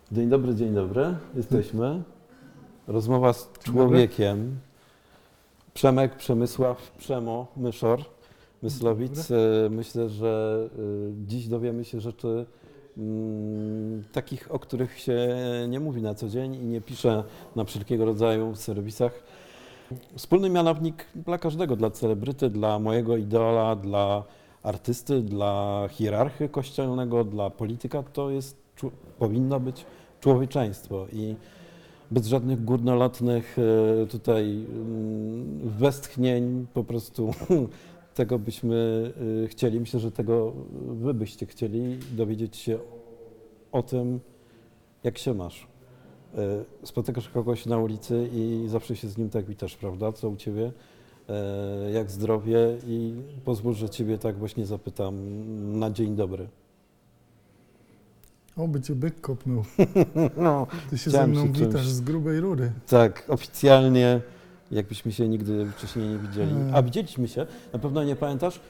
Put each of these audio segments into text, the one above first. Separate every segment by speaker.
Speaker 1: Dzień dobry. Jesteśmy. Rozmowa z człowiekiem. Przemek, Przemysław, Przemo, Myszor, Myslowic. Myślę, że dziś dowiemy się rzeczy takich, o których się nie mówi na co dzień i nie pisze na wszelkiego rodzaju serwisach. Wspólny mianownik dla każdego, dla celebryty, dla mojego idola, dla artysty, dla hierarchy kościelnego, dla polityka, to jest, powinno być człowieczeństwo i bez żadnych górnolotnych tutaj westchnień po prostu tego byśmy chcieli. Myślę, że tego wy byście chcieli dowiedzieć się o tym, jak się masz. Spotykasz kogoś na ulicy i zawsze się z nim tak witasz, prawda? Co u ciebie? Jak zdrowie? I pozwól, że ciebie tak właśnie zapytam na dzień dobry.
Speaker 2: Oby cię byk kopnął.
Speaker 1: No,
Speaker 2: Ty się ze
Speaker 1: chciałem
Speaker 2: mną
Speaker 1: się czymś-
Speaker 2: witasz z grubej rury.
Speaker 1: Tak, oficjalnie, jakbyśmy się nigdy wcześniej nie widzieli. A widzieliśmy się, na pewno nie pamiętasz,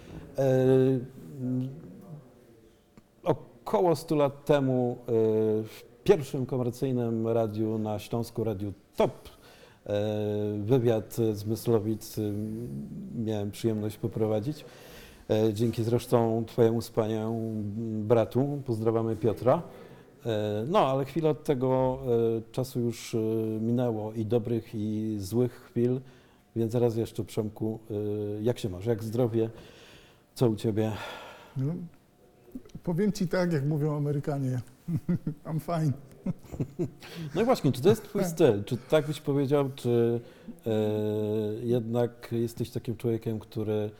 Speaker 1: około 100 lat temu w pierwszym komercyjnym radiu na Śląsku, Radiu Top, wywiad z Myslowic miałem przyjemność poprowadzić. Dzięki zresztą twojemu wspaniałemu bratu, pozdrawiamy Piotra. No, ale chwilę od tego czasu już minęło i dobrych, i złych chwil, więc raz jeszcze, Przemku, jak się masz, jak zdrowie, co u ciebie?
Speaker 2: No, powiem ci tak, jak mówią Amerykanie. I'm fine.
Speaker 1: No i właśnie, czy to jest twój styl? Czy tak byś powiedział, czy jednak jesteś takim człowiekiem, który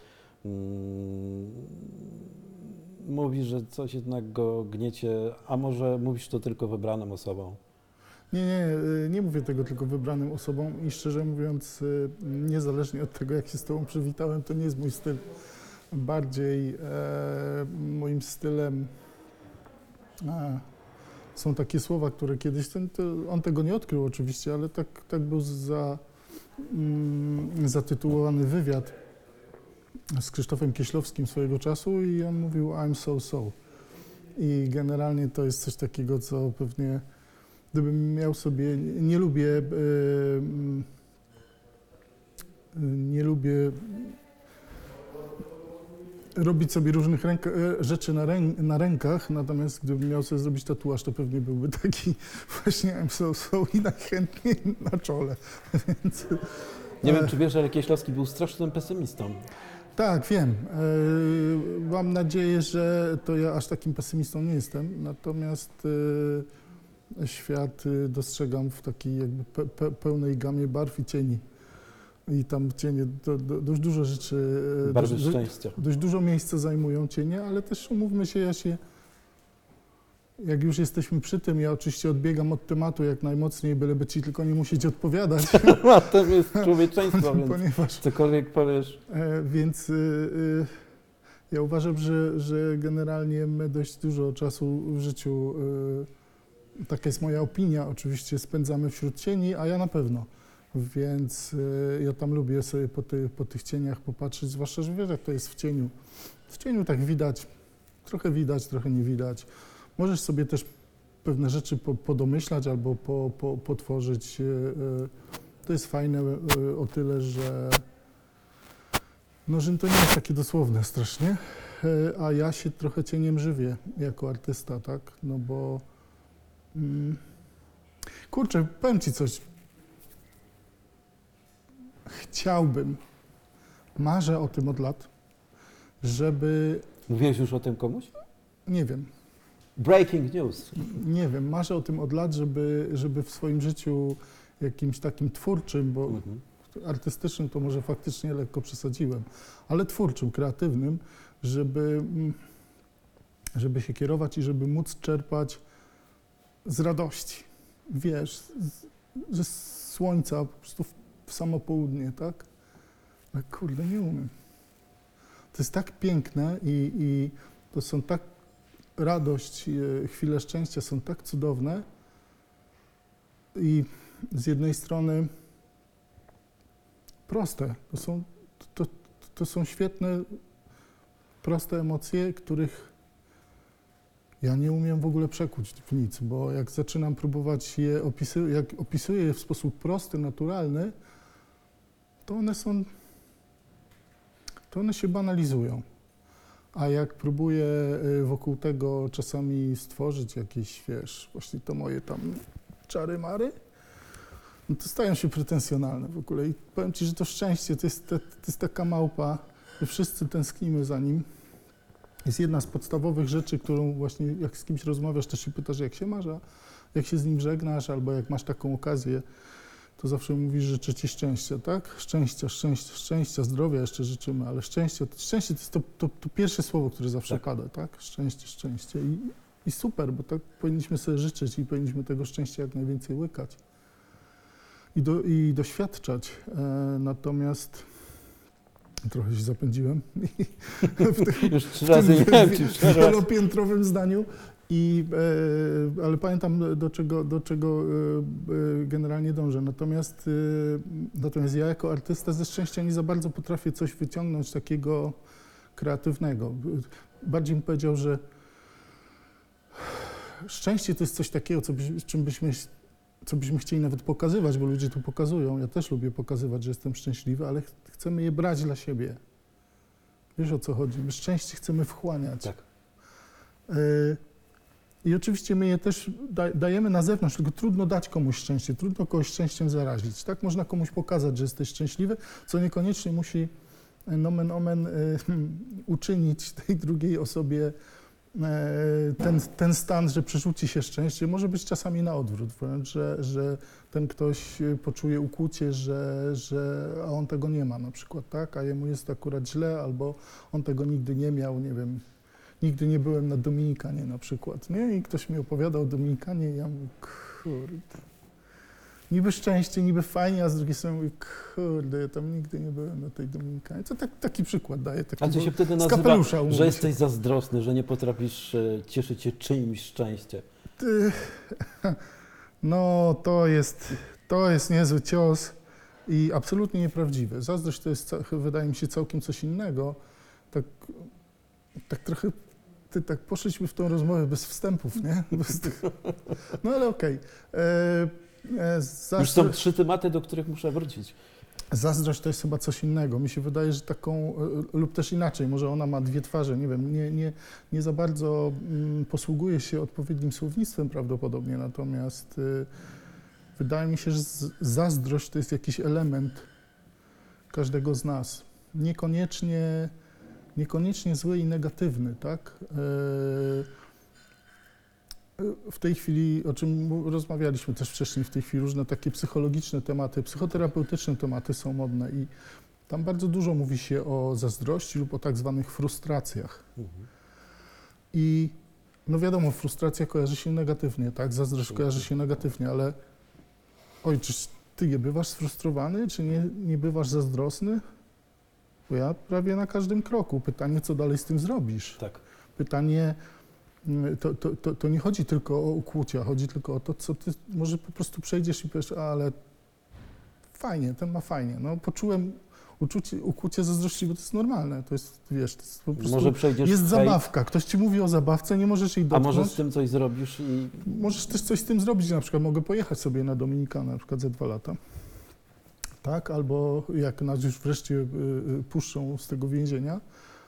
Speaker 1: mówi, że coś jednak go gniecie, a może mówisz to tylko wybranym osobom?
Speaker 2: Nie mówię tego tylko wybranym osobom i szczerze mówiąc, niezależnie od tego, jak się z tobą przywitałem, to nie jest mój styl. Bardziej moim stylem są takie słowa, które kiedyś, on tego nie odkrył oczywiście, ale tak był zatytułowany wywiad z Krzysztofem Kieślowskim swojego czasu i on mówił I'm so. I generalnie to jest coś takiego, co pewnie gdybym miał sobie, nie lubię robić sobie różnych rzeczy na rękach, natomiast gdybym miał sobie zrobić tatuaż, to pewnie byłby taki właśnie I'm so i najchętniej na czole. Więc,
Speaker 1: Nie wiem, czy wiesz, ale Kieślowski był strasznym pesymistą.
Speaker 2: tak, wiem. Mam nadzieję, że to ja aż takim pesymistą nie jestem, natomiast świat dostrzegam w takiej jakby pełnej gamie barw i cieni. I tam cienie, dość dużo rzeczy,
Speaker 1: Barwy szczęścia.
Speaker 2: dość dużo miejsca zajmują cienie, ale też umówmy się, jak już jesteśmy przy tym, ja oczywiście odbiegam od tematu jak najmocniej, byleby ci tylko nie musieć odpowiadać.
Speaker 1: A to jest człowieczeństwo, więc
Speaker 2: Ponieważ,
Speaker 1: cokolwiek powiesz.
Speaker 2: więc ja uważam, że generalnie my dość dużo czasu w życiu, taka jest moja opinia, oczywiście spędzamy wśród cieni, a ja na pewno. Więc ja tam lubię sobie po tych cieniach popatrzeć, zwłaszcza, że wiesz, jak to jest w cieniu. W cieniu tak widać, trochę nie widać. Możesz sobie też pewne rzeczy podomyślać albo potworzyć. To jest fajne o tyle, że to nie jest takie dosłowne strasznie, a ja się trochę cieniem żywię jako artysta, tak? No bo kurczę, powiem ci coś. Marzę o tym od lat, żeby,
Speaker 1: Mówiłeś już o tym komuś?
Speaker 2: nie wiem,
Speaker 1: Breaking news.
Speaker 2: marzę o tym od lat, żeby w swoim życiu jakimś takim twórczym, bo artystycznym to może faktycznie lekko przesadziłem, ale twórczym, kreatywnym, żeby się kierować i żeby móc czerpać z radości, wiesz, ze słońca po prostu w samo południe, tak? Ale kurde, nie umiem. To jest tak piękne i to są tak radość, chwile szczęścia są tak cudowne i z jednej strony proste. To są świetne, proste emocje, których Ja nie umiem w ogóle przekuć w nic, bo jak zaczynam próbować je jak opisuję je w sposób prosty, naturalny, to one się banalizują. A jak próbuję wokół tego czasami stworzyć jakieś, wiesz, właśnie to moje tam czary-mary, no to stają się pretensjonalne w ogóle. I powiem Ci, że to szczęście to jest taka małpa, że wszyscy tęsknimy za nim. Jest jedna z podstawowych rzeczy, którą właśnie jak z kimś rozmawiasz, to się pytasz, jak się masz, a jak się z nim żegnasz, albo jak masz taką okazję, to zawsze mówisz, że życzę Ci szczęścia, tak? Szczęścia, zdrowia jeszcze życzymy, ale szczęście to jest to pierwsze słowo, które zawsze
Speaker 1: Tak.
Speaker 2: pada, tak? Szczęście. I super, bo tak powinniśmy sobie życzyć i powinniśmy tego szczęścia jak najwięcej łykać i doświadczać. Natomiast trochę się zapędziłem
Speaker 1: Już 3 razy nie wiem, czy 4 razy.
Speaker 2: wielopiętrowym zdaniu. Ale pamiętam, do czego generalnie dążę. Natomiast ja jako artysta ze szczęścia nie za bardzo potrafię coś wyciągnąć takiego kreatywnego. Bardziej bym powiedział, że szczęście to jest coś takiego, co byśmy chcieli nawet pokazywać, bo ludzie to pokazują. Ja też lubię pokazywać, że jestem szczęśliwy, ale chcemy je brać dla siebie. Wiesz, o co chodzi? My szczęście chcemy wchłaniać.
Speaker 1: Tak.
Speaker 2: I oczywiście my je też dajemy na zewnątrz, tylko trudno dać komuś szczęście, trudno kogoś szczęściem zarazić. Tak można komuś pokazać, że jesteś szczęśliwy, co niekoniecznie musi nomen omen uczynić tej drugiej osobie ten stan, że przerzuci się szczęście. Może być czasami na odwrót, wręcz, że ten ktoś poczuje ukłucie, a on tego nie ma na przykład, tak? A jemu jest akurat źle, albo on tego nigdy nie miał, nie wiem. Nigdy nie byłem na Dominikanie na przykład, nie? I ktoś mi opowiadał o Dominikanie i ja mówię, kurde, niby szczęście, niby fajnie, a z drugiej strony mówię, kurde, ja tam nigdy nie byłem na tej Dominikanie. To taki przykład daję.
Speaker 1: A co się wtedy
Speaker 2: z
Speaker 1: nazywa,
Speaker 2: kapelusza umówmy
Speaker 1: że
Speaker 2: się.
Speaker 1: jesteś zazdrosny, że nie potrafisz cieszyć się czyimś szczęściem?
Speaker 2: No, to jest niezły cios i absolutnie nieprawdziwe. Zazdrość to jest, wydaje mi się, całkiem coś innego. Tak trochę tak poszliśmy w tą rozmowę bez wstępów, nie? No ale okej.
Speaker 1: Już są 3 tematy, do których muszę wrócić.
Speaker 2: Zazdrość to jest chyba coś innego. Mi się wydaje, że taką, lub też inaczej, może ona ma 2 twarze, nie wiem, nie za bardzo posługuje się odpowiednim słownictwem prawdopodobnie, natomiast wydaje mi się, że zazdrość to jest jakiś element każdego z nas. Niekoniecznie zły i negatywny, tak? W tej chwili, o czym rozmawialiśmy też wcześniej, w tej chwili różne takie psychologiczne tematy, psychoterapeutyczne tematy są modne i tam bardzo dużo mówi się o zazdrości lub o tak zwanych frustracjach. I no wiadomo, frustracja kojarzy się negatywnie, tak? Zazdrość kojarzy się negatywnie, ale czy ty nie bywasz sfrustrowany, czy nie bywasz zazdrosny? Bo ja prawie na każdym kroku. Pytanie, co dalej z tym zrobisz?
Speaker 1: Tak.
Speaker 2: Pytanie, to nie chodzi tylko o ukłucia, chodzi tylko o to, co ty może po prostu przejdziesz i powiesz, ale fajnie, ten ma fajnie. No, poczułem ukłucie zazdrości, bo to jest normalne. To jest, wiesz, to jest po prostu,
Speaker 1: Może przejdziesz
Speaker 2: jest
Speaker 1: w
Speaker 2: zabawka. Ktoś ci mówi o zabawce, nie możesz jej
Speaker 1: A
Speaker 2: dotknąć.
Speaker 1: może z tym coś zrobisz i...
Speaker 2: Możesz też coś z tym zrobić, na przykład mogę pojechać sobie na Dominikanę, na przykład za 2 lata. Tak, albo jak nas już wreszcie puszczą z tego więzienia,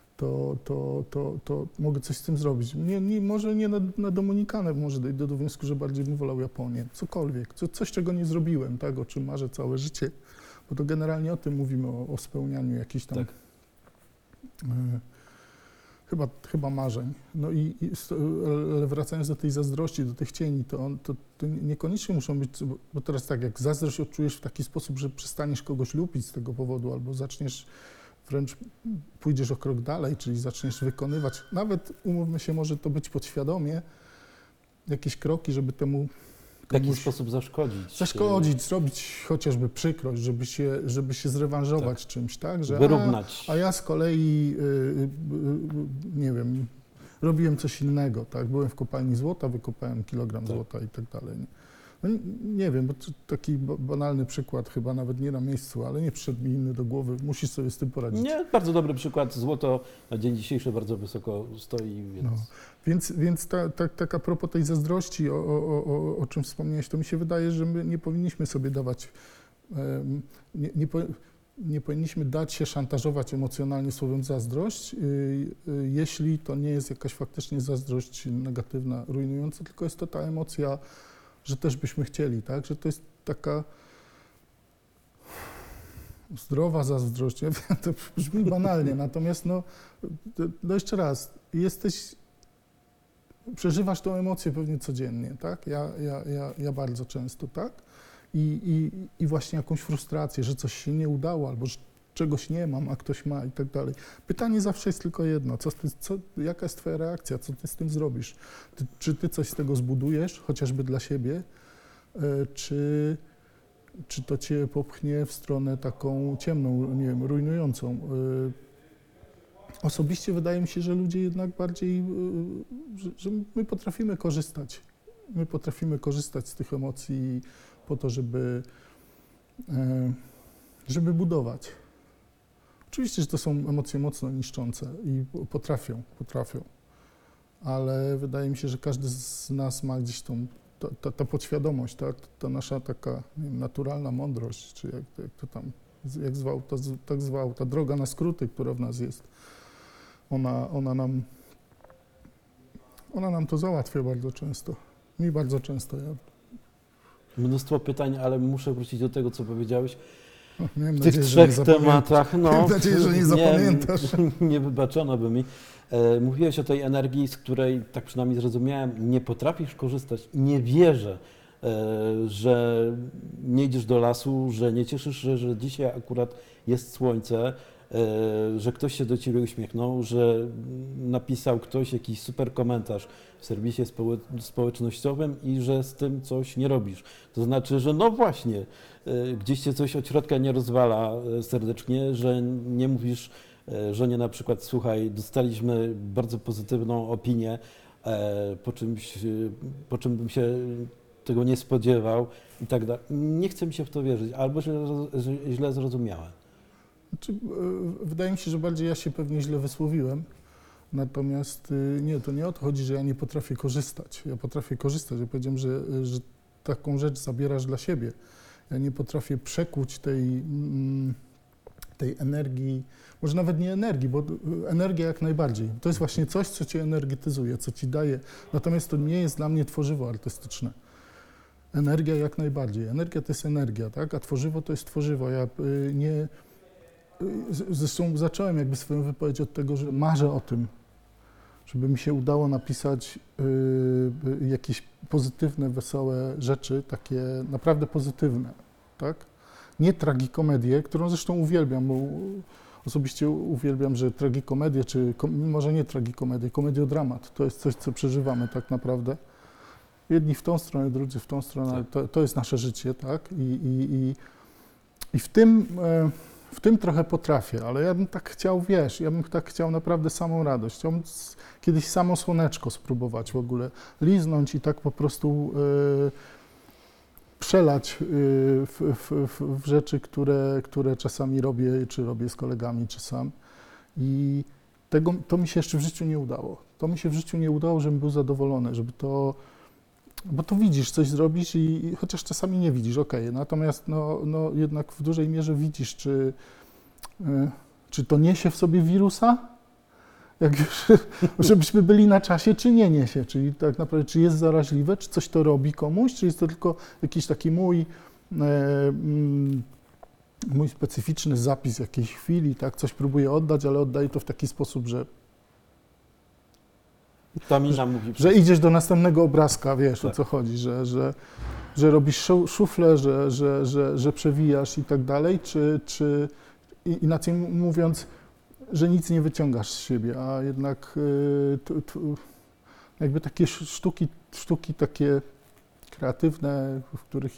Speaker 2: to mogę coś z tym zrobić. Może nie na Dominikanę, może dojdę do wniosku, że bardziej bym wolał Japonię. Cokolwiek, coś czego nie zrobiłem, tak, o czym marzę całe życie, bo to generalnie o tym mówimy, o spełnianiu jakichś tam
Speaker 1: Tak.
Speaker 2: chyba marzeń. No ale wracając do tej zazdrości, do tych cieni, to niekoniecznie muszą być, bo teraz tak, jak zazdrość odczujesz w taki sposób, że przestaniesz kogoś lubić z tego powodu, albo zaczniesz wręcz pójdziesz o krok dalej, czyli zaczniesz wykonywać, nawet umówmy się, może to być podświadomie, jakieś kroki, żeby temu
Speaker 1: W jaki sposób zaszkodzić?
Speaker 2: Zrobić chociażby przykrość, żeby się zrewanżować czymś, tak? Że,
Speaker 1: wyrównać.
Speaker 2: A ja z kolei, nie wiem, robiłem coś innego, tak? Byłem w kopalni złota, wykopałem kilogram złota i tak dalej. Nie? Nie wiem, bo taki banalny przykład, chyba nawet nie na miejscu, ale nie przyszedł mi inny do głowy. Musisz sobie z tym poradzić.
Speaker 1: Nie, bardzo dobry przykład. Złoto na dzień dzisiejszy bardzo wysoko stoi, więc...
Speaker 2: No. Więc tak a propos tej zazdrości, o czym wspomniałeś, to mi się wydaje, że my nie powinniśmy sobie dawać, nie powinniśmy dać się szantażować emocjonalnie słowem zazdrość, jeśli to nie jest jakaś faktycznie zazdrość negatywna, rujnująca, tylko jest to ta emocja, że też byśmy chcieli, tak? Że to jest taka zdrowa zazdrość. Ja wiem, to brzmi banalnie, natomiast no jeszcze raz, przeżywasz tą emocję pewnie codziennie, tak? Ja bardzo często, tak? I właśnie jakąś frustrację, że coś się nie udało, albo że czegoś nie mam, a ktoś ma i tak dalej. Pytanie zawsze jest tylko jedno, jaka jest twoja reakcja, co ty z tym zrobisz? Czy ty coś z tego zbudujesz, chociażby dla siebie, czy to cię popchnie w stronę taką ciemną, nie wiem, rujnującą? Osobiście wydaje mi się, że ludzie jednak bardziej, że my potrafimy korzystać. My potrafimy korzystać z tych emocji po to, żeby budować. Oczywiście, że to są emocje mocno niszczące i potrafią, ale wydaje mi się, że każdy z nas ma gdzieś ta podświadomość, tak? Ta nasza taka, nie wiem, naturalna mądrość, czy jak to tam, tak zwał, ta droga na skróty, która w nas jest, ona nam to załatwia bardzo często. Mi bardzo często.
Speaker 1: Mnóstwo pytań, ale muszę wrócić do tego, co powiedziałeś.
Speaker 2: Miałem
Speaker 1: W tych
Speaker 2: nadzieję, że nie
Speaker 1: trzech tematach, no,
Speaker 2: Mam nadzieję, że nie zapamiętasz.
Speaker 1: Nie wybaczono by mi. Mówiłeś o tej energii, z której, tak przynajmniej zrozumiałem, nie potrafisz korzystać. Nie wierzę, że nie idziesz do lasu, że nie cieszysz się, że dzisiaj akurat jest słońce, że ktoś się do ciebie uśmiechnął, że napisał ktoś jakiś super komentarz w serwisie społecznościowym i że z tym coś nie robisz. To znaczy, że no właśnie, gdzieś cię coś od środka nie rozwala serdecznie, że nie mówisz żonie na przykład, słuchaj, dostaliśmy bardzo pozytywną opinię po czym bym się tego nie spodziewał i tak dalej. Nie chcę mi się w to wierzyć, albo źle zrozumiałem.
Speaker 2: Znaczy, wydaje mi się, że bardziej ja się pewnie źle wysłowiłem, natomiast nie, to nie o to chodzi, że ja nie potrafię korzystać. Ja potrafię korzystać. Ja powiedziałem, że taką rzecz zabierasz dla siebie. Ja nie potrafię przekuć tej energii, może nawet nie energii, bo energia jak najbardziej. To jest właśnie coś, co cię energetyzuje, co ci daje. Natomiast to nie jest dla mnie tworzywo artystyczne. Energia jak najbardziej. Energia to jest energia, tak? A tworzywo to jest tworzywo. Ja nie... Zresztą zacząłem jakby swoją wypowiedź od tego, że marzę o tym, żeby mi się udało napisać jakieś pozytywne, wesołe rzeczy, takie naprawdę pozytywne, tak? Nie tragikomedię, którą zresztą uwielbiam, bo osobiście uwielbiam, że tragikomedię, czy może nie tragikomedię, komediodramat, to jest coś, co przeżywamy tak naprawdę. Jedni w tą stronę, drudzy w tą stronę, ale to jest nasze życie, tak? I w tym trochę potrafię, ale ja bym tak chciał, wiesz, ja bym tak chciał naprawdę samą radość. Chciałbym kiedyś samo słoneczko spróbować w ogóle, liznąć i tak po prostu przelać w rzeczy, które czasami robię, czy robię z kolegami, czy sam. I to mi się jeszcze w życiu nie udało. To mi się w życiu nie udało, żebym był zadowolony, bo to widzisz, coś zrobisz i chociaż czasami nie widzisz, okej, natomiast no jednak w dużej mierze widzisz, czy to niesie w sobie wirusa, jak już, żebyśmy byli na czasie, czy nie niesie, czyli tak naprawdę, czy jest zaraźliwe, czy coś to robi komuś, czy jest to tylko jakiś taki mój specyficzny zapis jakiejś chwili, tak, coś próbuję oddać, ale oddaję to w taki sposób, że idziesz do następnego obrazka, wiesz, tak. O co chodzi, że robisz szuflę, że przewijasz i tak dalej, czy inaczej mówiąc, że nic nie wyciągasz z siebie, a jednak jakby takie sztuki takie kreatywne, w których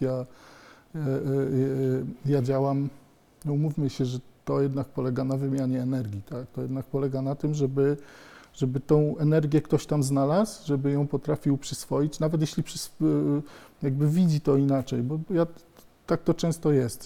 Speaker 2: ja działam, no umówmy się, że to jednak polega na wymianie energii, tak? To jednak polega na tym, żeby żeby tą energię ktoś tam znalazł, żeby ją potrafił przyswoić, nawet jeśli jakby widzi to inaczej, bo tak to często jest,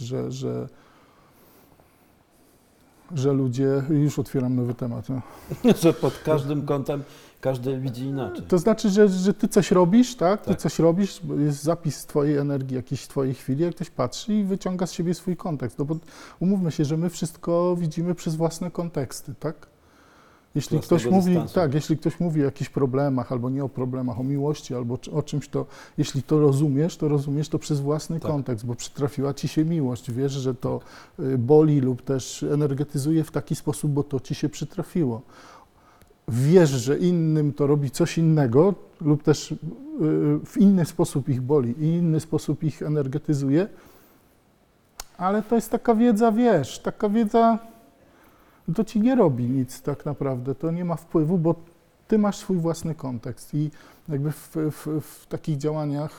Speaker 2: że ludzie, już otwieram nowy temat, no.
Speaker 1: Że pod każdym kątem każdy widzi inaczej.
Speaker 2: To znaczy, że ty coś robisz, tak? Ty
Speaker 1: Tak.
Speaker 2: coś robisz, bo jest zapis twojej energii, jakiejś twojej chwili, jak ktoś patrzy i wyciąga z siebie swój kontekst. No bo umówmy się, że my wszystko widzimy przez własne konteksty, tak? Jeśli ktoś
Speaker 1: Własnego
Speaker 2: mówi,
Speaker 1: dystansu.
Speaker 2: tak, jeśli ktoś mówi o jakichś problemach, albo nie o problemach, o miłości, albo o czymś, to jeśli to rozumiesz to przez własny
Speaker 1: Tak.
Speaker 2: kontekst, bo przytrafiła ci się miłość, wiesz, że to boli lub też energetyzuje w taki sposób, bo to ci się przytrafiło. Wiesz, że innym to robi coś innego lub też w inny sposób ich boli i inny sposób ich energetyzuje, ale to jest taka wiedza, wiesz, taka wiedza to ci nie robi nic tak naprawdę, to nie ma wpływu, bo ty masz swój własny kontekst i jakby w takich działaniach,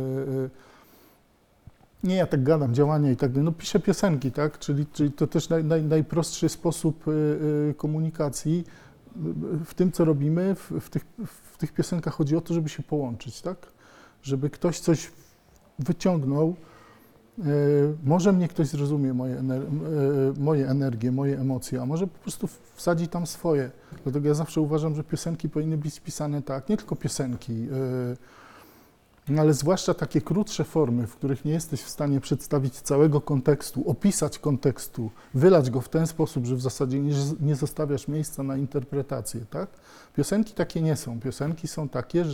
Speaker 2: nie ja tak gadam, działania i tak dalej, no piszę piosenki, tak, czyli to też najprostszy sposób komunikacji. W tym, co robimy, w tych piosenkach chodzi o to, żeby się połączyć, tak? Żeby ktoś coś wyciągnął. Może mnie ktoś zrozumie, moje energie, moje emocje, a może po prostu wsadzi tam swoje. Dlatego ja zawsze uważam, że piosenki powinny być spisane tak, nie tylko piosenki, ale zwłaszcza takie krótsze formy, w których nie jesteś w stanie przedstawić całego kontekstu, opisać kontekstu, wylać go w ten sposób, że w zasadzie nie zostawiasz miejsca na interpretację, tak? Piosenki takie nie są. Piosenki są takie,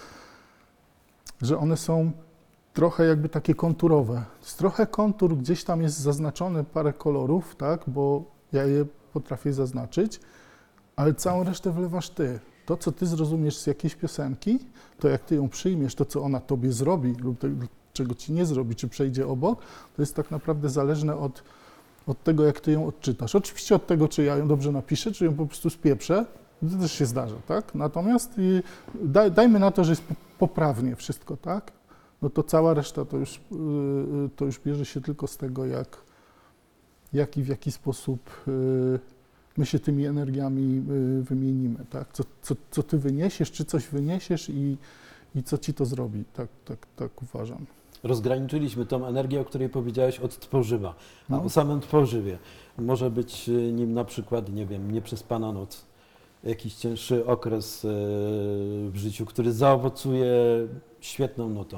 Speaker 2: że one są trochę jakby takie konturowe. Jest trochę kontur, gdzieś tam jest zaznaczone parę kolorów, tak? Bo ja je potrafię zaznaczyć, ale całą resztę wlewasz ty. To, co ty zrozumiesz z jakiejś piosenki, to jak ty ją przyjmiesz, to, co ona tobie zrobi lub czego ci nie zrobi, czy przejdzie obok, to jest tak naprawdę zależne od tego, jak ty ją odczytasz. Oczywiście od tego, czy ja ją dobrze napiszę, czy ją po prostu spieprzę, to też się zdarza, tak? Natomiast dajmy na to, że jest poprawnie wszystko, tak? No to cała reszta to już bierze się tylko z tego, jak i w jaki sposób my się tymi energiami wymienimy, tak? Co ty wyniesiesz, czy coś wyniesiesz i co ci to zrobi, tak uważam.
Speaker 1: Rozgraniczyliśmy tą energię, o której powiedziałeś, od tworzywa. A
Speaker 2: No.
Speaker 1: o samym tworzywie może być nim na przykład, nie wiem, nieprzespana noc, jakiś cięższy okres w życiu, który zaowocuje świetną notą.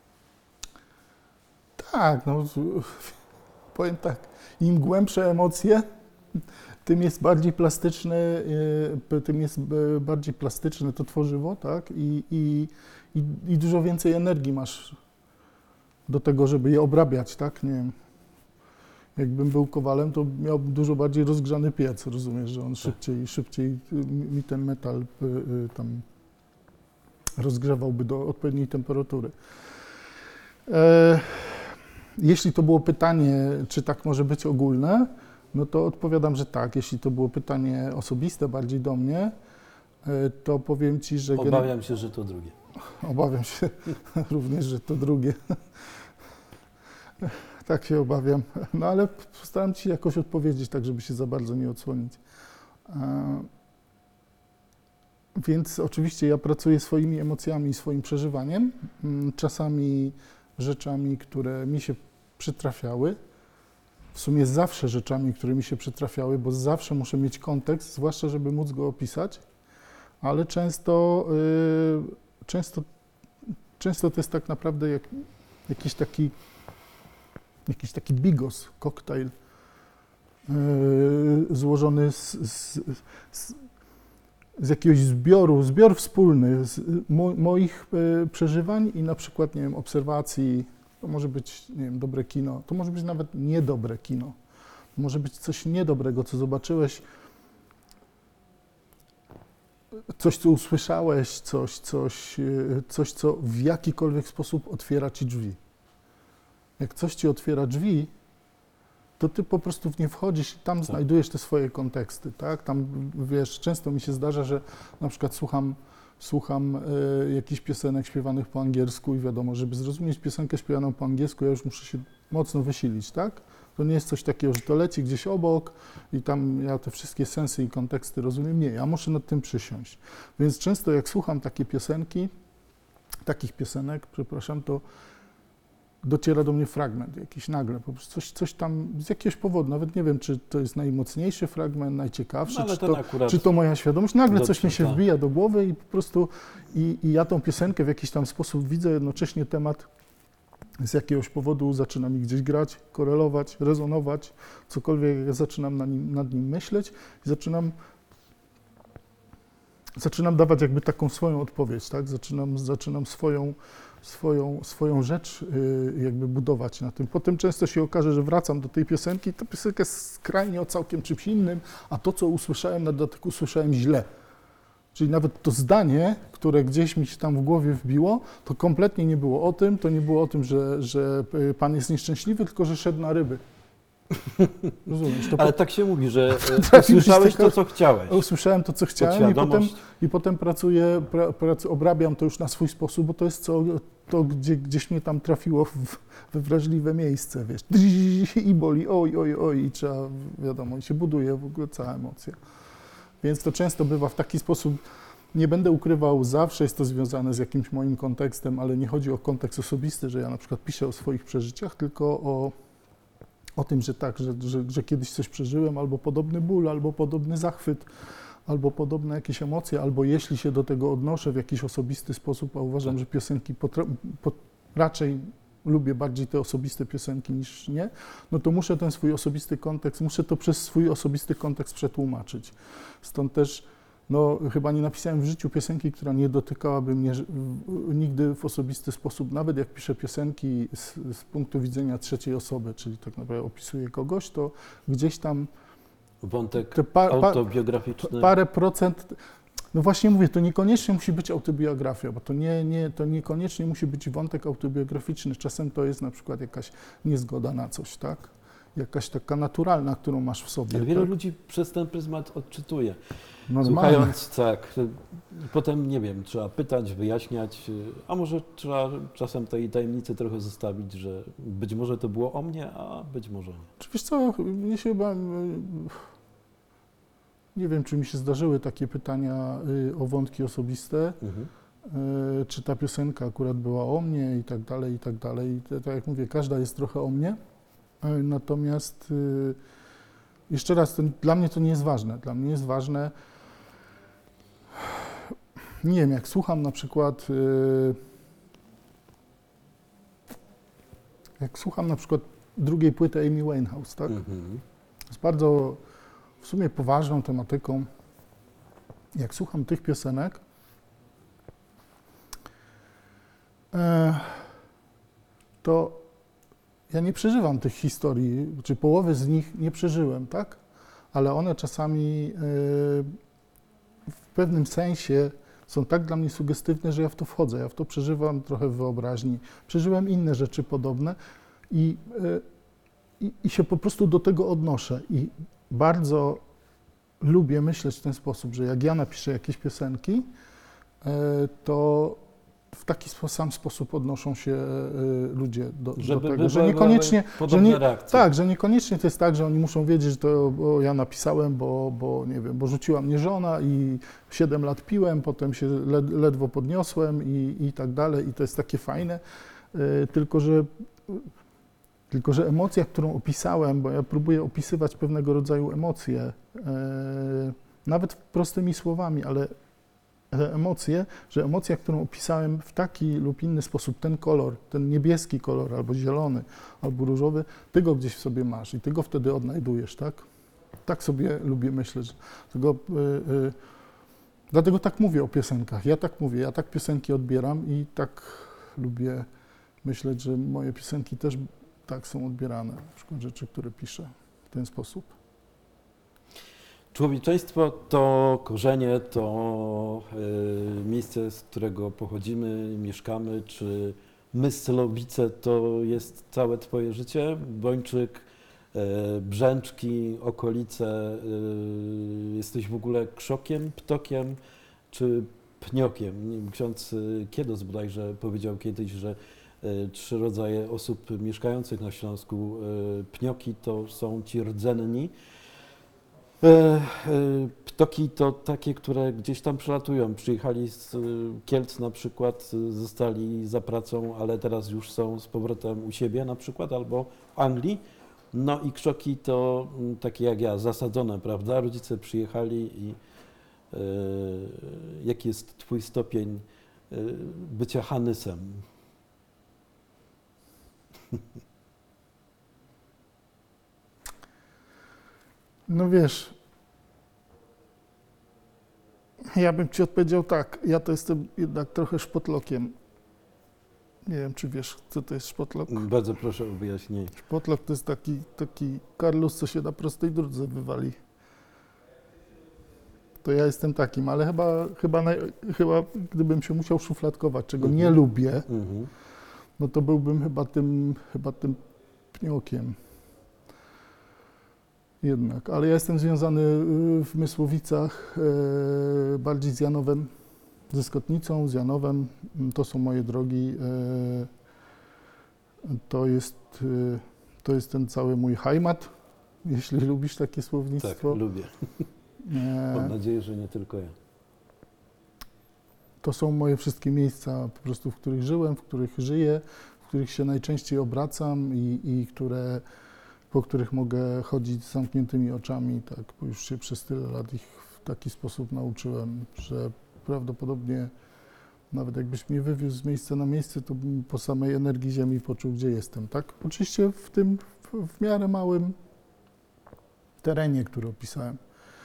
Speaker 2: Tak, no powiem tak, im głębsze emocje, tym jest bardziej plastyczne to tworzywo, tak? I dużo więcej energii masz do tego, żeby je obrabiać, tak? Nie wiem, jakbym był kowalem, to miałbym dużo bardziej rozgrzany piec, rozumiesz, że on szybciej mi ten metal tam rozgrzewałby do odpowiedniej temperatury. Jeśli to było pytanie, czy tak może być ogólne, no to odpowiadam, że tak. Jeśli to było pytanie osobiste, bardziej do mnie, to powiem ci, że...
Speaker 1: Obawiam się, że to drugie.
Speaker 2: Obawiam się również, że to drugie. Tak się obawiam. No ale postaram ci jakoś odpowiedzieć, tak żeby się za bardzo nie odsłonić. Więc oczywiście ja pracuję swoimi emocjami i swoim przeżywaniem, czasami rzeczami, które mi się przytrafiały, w sumie zawsze rzeczami, które mi się przytrafiały, bo zawsze muszę mieć kontekst, zwłaszcza żeby móc go opisać, ale często to jest tak naprawdę jakiś taki bigos, koktajl złożony z jakiegoś zbiór wspólny z moich przeżywań i na przykład, nie wiem, obserwacji. To może być, nie wiem, dobre kino, to może być nawet niedobre kino. To może być coś niedobrego, co zobaczyłeś, coś, co usłyszałeś, coś, co w jakikolwiek sposób otwiera ci drzwi. Jak coś ci otwiera drzwi, to ty po prostu w nie wchodzisz i tam znajdujesz te swoje konteksty, tak? Tam, wiesz, często mi się zdarza, że na przykład słucham jakichś piosenek śpiewanych po angielsku i wiadomo, żeby zrozumieć piosenkę śpiewaną po angielsku, ja już muszę się mocno wysilić, tak? To nie jest coś takiego, że to leci gdzieś obok i tam ja te wszystkie sensy i konteksty rozumiem. Nie, ja muszę nad tym przysiąść. Więc często jak słucham takich piosenek, przepraszam, to dociera do mnie fragment jakiś nagle, po prostu coś tam z jakiegoś powodu, nawet nie wiem, czy to jest najmocniejszy fragment, najciekawszy,
Speaker 1: No, ale
Speaker 2: czy,
Speaker 1: ten akurat
Speaker 2: czy to moja świadomość, nagle coś mi się
Speaker 1: dotrze,
Speaker 2: wbija do głowy i po prostu i ja tą piosenkę w jakiś tam sposób widzę, jednocześnie temat z jakiegoś powodu zaczyna mi gdzieś grać, korelować, rezonować, cokolwiek, ja zaczynam nad nim myśleć i zaczynam dawać jakby taką swoją odpowiedź, tak? Zaczynam swoją rzecz jakby budować na tym. Potem często się okaże, że wracam do tej piosenki, ta piosenka jest skrajnie o całkiem czymś innym, a to, co usłyszałem, na dodatek usłyszałem źle. Czyli nawet to zdanie, które gdzieś mi się tam w głowie wbiło, to kompletnie nie było o tym, to nie było o tym, że pan jest nieszczęśliwy, tylko że szedł na ryby. Rozumiesz? To
Speaker 1: ale tak się mówi, że
Speaker 2: Trafi mi
Speaker 1: usłyszałeś
Speaker 2: taka-
Speaker 1: to, co chciałeś.
Speaker 2: Usłyszałem to, co chciałem
Speaker 1: Podświadomość.
Speaker 2: i potem obrabiam to już na swój sposób, bo to jest to gdzieś mnie tam trafiło we wrażliwe miejsce, wiesz, i boli, oj, i trzeba, wiadomo, i się buduje w ogóle cała emocja. Więc to często bywa w taki sposób, nie będę ukrywał, zawsze jest to związane z jakimś moim kontekstem, ale nie chodzi o kontekst osobisty, że ja na przykład piszę o swoich przeżyciach, tylko o tym, że tak, że kiedyś coś przeżyłem, albo podobny ból, albo podobny zachwyt, albo podobne jakieś emocje, albo jeśli się do tego odnoszę w jakiś osobisty sposób, a uważam, że piosenki raczej lubię bardziej te osobiste piosenki niż nie, no to muszę ten swój osobisty kontekst, muszę to przez swój osobisty kontekst przetłumaczyć. Stąd też no, chyba nie napisałem w życiu piosenki, która nie dotykałaby mnie nigdy w osobisty sposób, nawet jak piszę piosenki z punktu widzenia trzeciej osoby, czyli tak naprawdę opisuję kogoś, to gdzieś tam
Speaker 1: Wątek
Speaker 2: te
Speaker 1: autobiograficzny.
Speaker 2: parę procent, no właśnie mówię, to niekoniecznie musi być autobiografia, bo to niekoniecznie musi być wątek autobiograficzny. Czasem to jest na przykład jakaś niezgoda na coś, tak? Jakaś taka naturalna, którą masz w sobie.
Speaker 1: Ale wielu
Speaker 2: tak?
Speaker 1: ludzi przez ten pryzmat odczytuje.
Speaker 2: Normalne.
Speaker 1: Słuchając, tak. Potem, nie wiem, trzeba pytać, wyjaśniać, a może trzeba czasem tej tajemnicy trochę zostawić, że być może to było o mnie, a być może nie.
Speaker 2: Czy wiesz co, mnie się chyba, nie wiem, czy mi się zdarzyły takie pytania o wątki osobiste,
Speaker 1: Mhm.
Speaker 2: czy ta piosenka akurat była o mnie i tak dalej, i tak dalej. Tak jak mówię, każda jest trochę o mnie, natomiast jeszcze raz, dla mnie to nie jest ważne. Dla mnie jest ważne, nie wiem, jak słucham na przykład, drugiej płyty Amy Winehouse, tak?
Speaker 1: Mhm.
Speaker 2: Z bardzo w sumie poważną tematyką. Jak słucham tych piosenek, to ja nie przeżywam tych historii, czy połowy z nich nie przeżyłem, tak? Ale one czasami w pewnym sensie są tak dla mnie sugestywne, że ja w to wchodzę, ja w to przeżywam trochę w wyobraźni. Przeżyłem inne rzeczy podobne i się po prostu do tego odnoszę. I bardzo lubię myśleć w ten sposób, że jak ja napiszę jakieś piosenki, to w taki sam sposób odnoszą się ludzie do tego, że niekoniecznie,
Speaker 1: podobne reakcje.
Speaker 2: tak, że niekoniecznie to jest tak, że oni muszą wiedzieć, że to ja napisałem, bo nie wiem, bo rzuciła mnie żona i 7 lat piłem, potem się ledwo podniosłem i tak dalej i to jest takie fajne, tylko że emocja, którą opisałem, bo ja próbuję opisywać pewnego rodzaju emocje, nawet prostymi słowami, ale emocje, że emocja, którą opisałem w taki lub inny sposób, ten kolor, ten niebieski kolor, albo zielony, albo różowy, ty go gdzieś w sobie masz i ty go wtedy odnajdujesz, tak? Tak sobie lubię myśleć. Dlatego tak mówię o piosenkach. Ja tak mówię, ja tak piosenki odbieram i tak lubię myśleć, że moje piosenki też tak są odbierane, na przykład rzeczy, które piszę w ten sposób.
Speaker 1: Człowieczeństwo to korzenie, to miejsce, z którego pochodzimy, mieszkamy, czy Myslowice to jest całe twoje życie? Bończyk, Brzęczki, okolice, jesteś w ogóle krzokiem, ptokiem, czy pniokiem? Ksiądz Kiedos bodajże powiedział kiedyś, że 3 rodzaje osób mieszkających na Śląsku. Pnioki to są ci rdzenni. Ptoki to takie, które gdzieś tam przelatują. Przyjechali z Kielc na przykład, zostali za pracą, ale teraz już są z powrotem u siebie na przykład albo w Anglii. No i krzoki to takie jak ja, zasadzone, prawda? Rodzice przyjechali i jaki jest twój stopień bycia Hanysem?
Speaker 2: No wiesz, ja bym ci odpowiedział tak, ja to jestem jednak trochę szpotlokiem. Nie wiem, czy wiesz, co to jest szpotlok?
Speaker 1: Bardzo proszę o wyjaśnienie.
Speaker 2: Szpotlok to jest taki karlus, co się na prostej drodze wywali. To ja jestem takim, ale chyba gdybym się musiał szufladkować, czego nie lubię,
Speaker 1: Mhm.
Speaker 2: no to byłbym chyba tym pniokiem. Jednak, ale ja jestem związany w Mysłowicach bardziej z Janowem, ze Skotnicą, z Janowem. To są moje drogi. To jest ten cały mój heimat, jeśli lubisz takie
Speaker 1: Tak,
Speaker 2: słownictwo.
Speaker 1: lubię. Mam nadzieję, że nie tylko ja.
Speaker 2: To są moje wszystkie miejsca po prostu, w których żyłem, w których żyję, w których się najczęściej obracam i po których mogę chodzić z zamkniętymi oczami, tak, bo już się przez tyle lat ich w taki sposób nauczyłem, że prawdopodobnie nawet jakbyś mnie wywiózł z miejsca na miejsce, to bym po samej energii ziemi poczuł, gdzie jestem, tak? Oczywiście w tym w miarę małym terenie, który opisałem.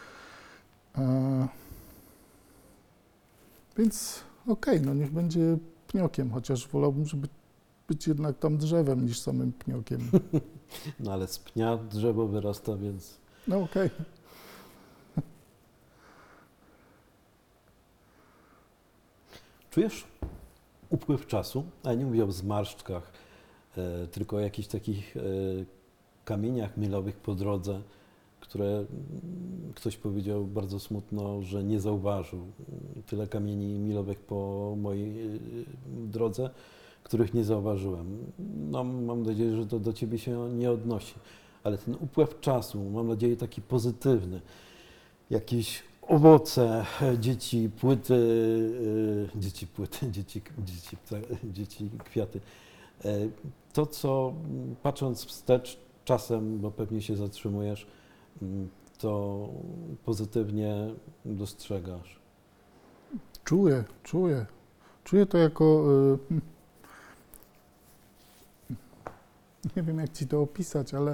Speaker 2: Więc okej, no niech będzie pniokiem, chociaż wolałbym, żeby być jednak tam drzewem niż samym pniokiem.
Speaker 1: No ale z pnia drzewo wyrasta, więc
Speaker 2: No okej.
Speaker 1: czujesz upływ czasu, a nie mówię o zmarszczkach, tylko o jakichś takich kamieniach milowych po drodze, które ktoś powiedział bardzo smutno, że nie zauważył. Tyle kamieni milowych po mojej drodze, których nie zauważyłem. No, mam nadzieję, że to do ciebie się nie odnosi, ale ten upływ czasu, mam nadzieję taki pozytywny, jakieś owoce, dzieci kwiaty. To, co patrząc wstecz czasem, bo pewnie się zatrzymujesz, to pozytywnie dostrzegasz.
Speaker 2: Czuję. Czuję to jako... nie wiem, jak ci to opisać, ale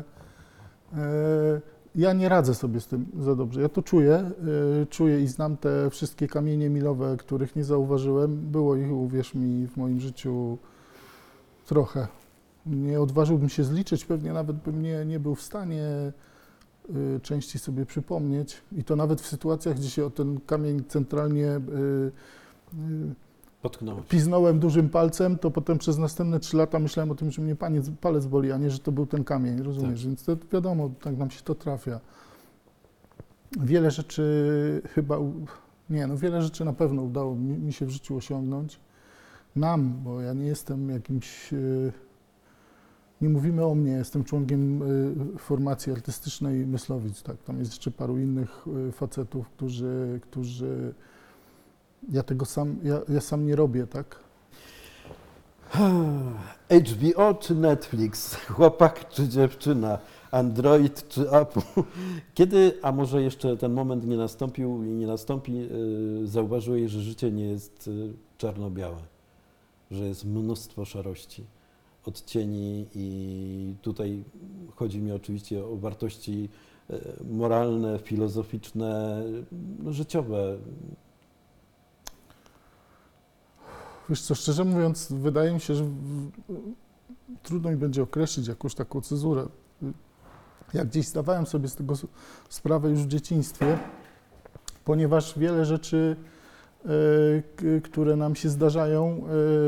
Speaker 2: ja nie radzę sobie z tym za dobrze. Ja to czuję i znam te wszystkie kamienie milowe, których nie zauważyłem. Było ich, uwierz mi, w moim życiu trochę. Nie odważyłbym się zliczyć, pewnie nawet bym nie był w stanie częściej sobie przypomnieć. I to nawet w sytuacjach, gdzie się o ten kamień centralnie
Speaker 1: Potknąłeś.
Speaker 2: piznąłem dużym palcem, to potem przez następne 3 lata myślałem o tym, że mnie palec boli, a nie, że to był ten kamień, rozumiesz?
Speaker 1: Tak.
Speaker 2: Więc to wiadomo, tak nam się to trafia. Wiele rzeczy wiele rzeczy na pewno udało mi się w życiu osiągnąć. Bo ja nie jestem jakimś, nie mówimy o mnie, jestem członkiem formacji artystycznej Mysłowic, tak? Tam jest jeszcze paru innych facetów, którzy ja sam nie robię, tak?
Speaker 1: HBO czy Netflix? Chłopak czy dziewczyna? Android czy Apple? Kiedy, a może jeszcze ten moment nie nastąpił i nie nastąpi, zauważyłeś, że życie nie jest czarno-białe, że jest mnóstwo szarości, odcieni i tutaj chodzi mi oczywiście o wartości moralne, filozoficzne, życiowe.
Speaker 2: Wiesz co, szczerze mówiąc, wydaje mi się, że trudno mi będzie określić jakąś taką cezurę. Ja gdzieś zdawałem sobie z tego sprawę już w dzieciństwie, ponieważ wiele rzeczy, które nam się zdarzają,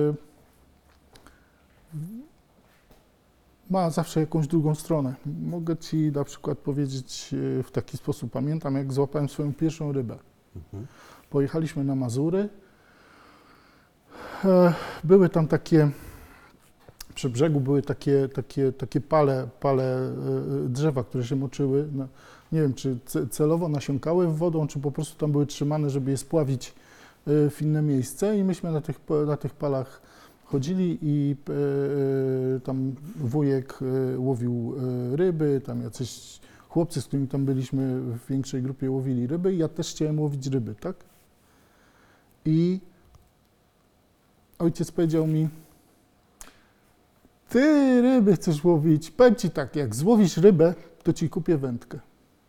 Speaker 2: ma zawsze jakąś drugą stronę. Mogę ci na przykład powiedzieć w taki sposób. Pamiętam, jak złapałem swoją pierwszą rybę. Pojechaliśmy na Mazury. Były tam takie przy brzegu były takie pale drzewa, które się moczyły. Nie wiem, czy celowo nasiąkały wodą, czy po prostu tam były trzymane, żeby je spławić w inne miejsce. I myśmy na tych palach chodzili i tam wujek łowił ryby, tam jacyś chłopcy, z którymi tam byliśmy w większej grupie, łowili ryby i ja też chciałem łowić ryby, tak? I ojciec powiedział mi: ty ryby chcesz łowić? Powiem ci tak, jak złowisz rybę, to ci kupię wędkę.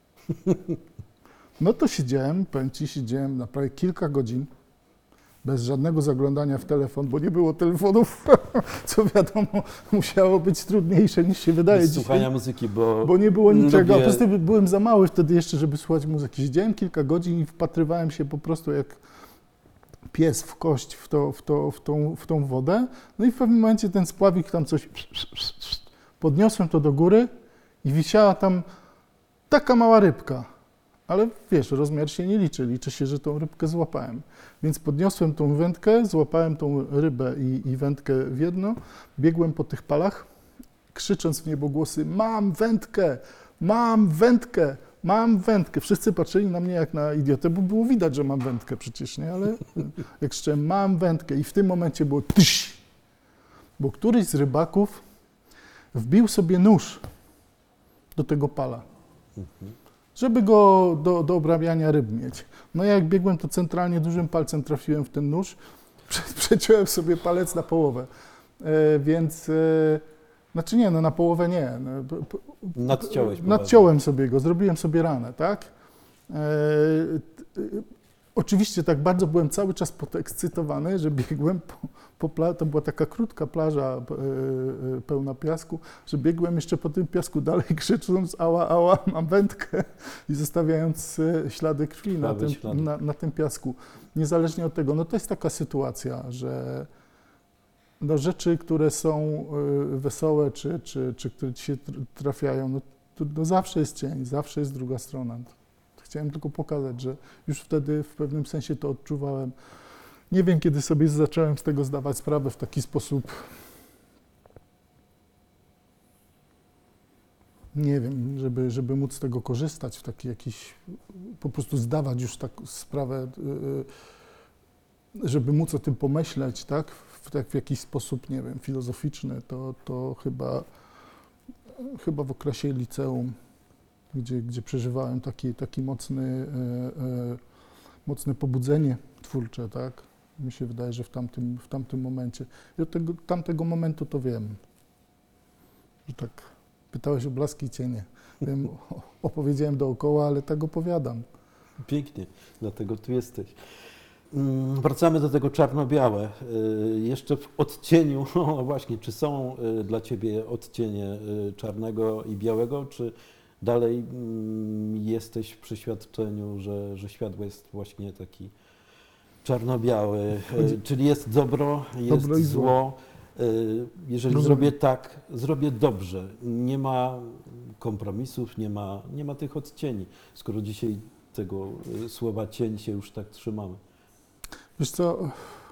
Speaker 2: No to siedziałem naprawdę kilka godzin, bez żadnego zaglądania w telefon, bo nie było telefonów, co wiadomo, musiało być trudniejsze niż się wydaje
Speaker 1: Bez
Speaker 2: dzisiaj.
Speaker 1: słuchania muzyki, bo
Speaker 2: Nie było niczego, a
Speaker 1: lubię-
Speaker 2: po prostu byłem za mały wtedy jeszcze, żeby słuchać muzyki. Siedziałem kilka godzin i wpatrywałem się po prostu jak pies w kość w tą wodę. No i w pewnym momencie ten spławik tam coś... Podniosłem to do góry i wisiała tam taka mała rybka. Ale wiesz, rozmiar się nie liczy. Liczy się, że tą rybkę złapałem. Więc podniosłem tą wędkę, złapałem tą rybę i wędkę w jedno, biegłem po tych palach, krzycząc w niebogłosy: mam wędkę, mam wędkę, mam wędkę. Wszyscy patrzyli na mnie jak na idiotę, bo było widać, że mam wędkę przecież, nie? Ale jak krzyczałem: mam wędkę, i w tym momencie było tyś, bo któryś z rybaków wbił sobie nóż do tego pala, żeby go do obrabiania ryb mieć. No jak biegłem, to centralnie dużym palcem trafiłem w ten nóż, przeciąłem sobie palec na połowę, więc... Znaczy nie, no na połowę nie.
Speaker 1: nadciąłeś.
Speaker 2: Nadciąłem sobie go, zrobiłem sobie ranę, tak? Oczywiście tak bardzo byłem cały czas podekscytowany, że biegłem po to była taka krótka plaża pełna piasku, że biegłem jeszcze po tym piasku dalej, krzycząc: ała, ała, mam wędkę, i zostawiając ślady krwi na tym piasku. Niezależnie od tego, no to jest taka sytuacja, że no rzeczy, które są wesołe, czy które ci się trafiają, no to zawsze jest cień, zawsze jest druga strona. Chciałem tylko pokazać, że już wtedy w pewnym sensie to odczuwałem. Nie wiem, kiedy sobie zacząłem z tego zdawać sprawę w taki sposób, nie wiem, żeby móc z tego korzystać, w taki jakiś, po prostu zdawać już tak sprawę, żeby móc o tym pomyśleć, tak? W jakiś sposób, nie wiem, filozoficzny, to chyba w okresie liceum, gdzie przeżywałem taki mocne pobudzenie twórcze, tak? Mi się wydaje, że w tamtym momencie. I od tamtego momentu to wiem, że tak pytałeś o blaski i cienie. Wiem, opowiedziałem dookoła, ale tak opowiadam.
Speaker 1: Pięknie, dlatego tu jesteś. Wracamy do tego czarno-białe. Jeszcze w odcieniu, no właśnie, czy są dla Ciebie odcienie czarnego i białego, czy dalej jesteś w przeświadczeniu, że świat jest właśnie taki czarno-biały, czyli jest dobro
Speaker 2: Dobro i
Speaker 1: zło.
Speaker 2: zło.
Speaker 1: Jeżeli
Speaker 2: Rozumiem.
Speaker 1: zrobię tak, zrobię dobrze. Nie ma kompromisów, nie ma tych odcieni, skoro dzisiaj tego słowa cień się już tak trzymamy.
Speaker 2: Wiesz co,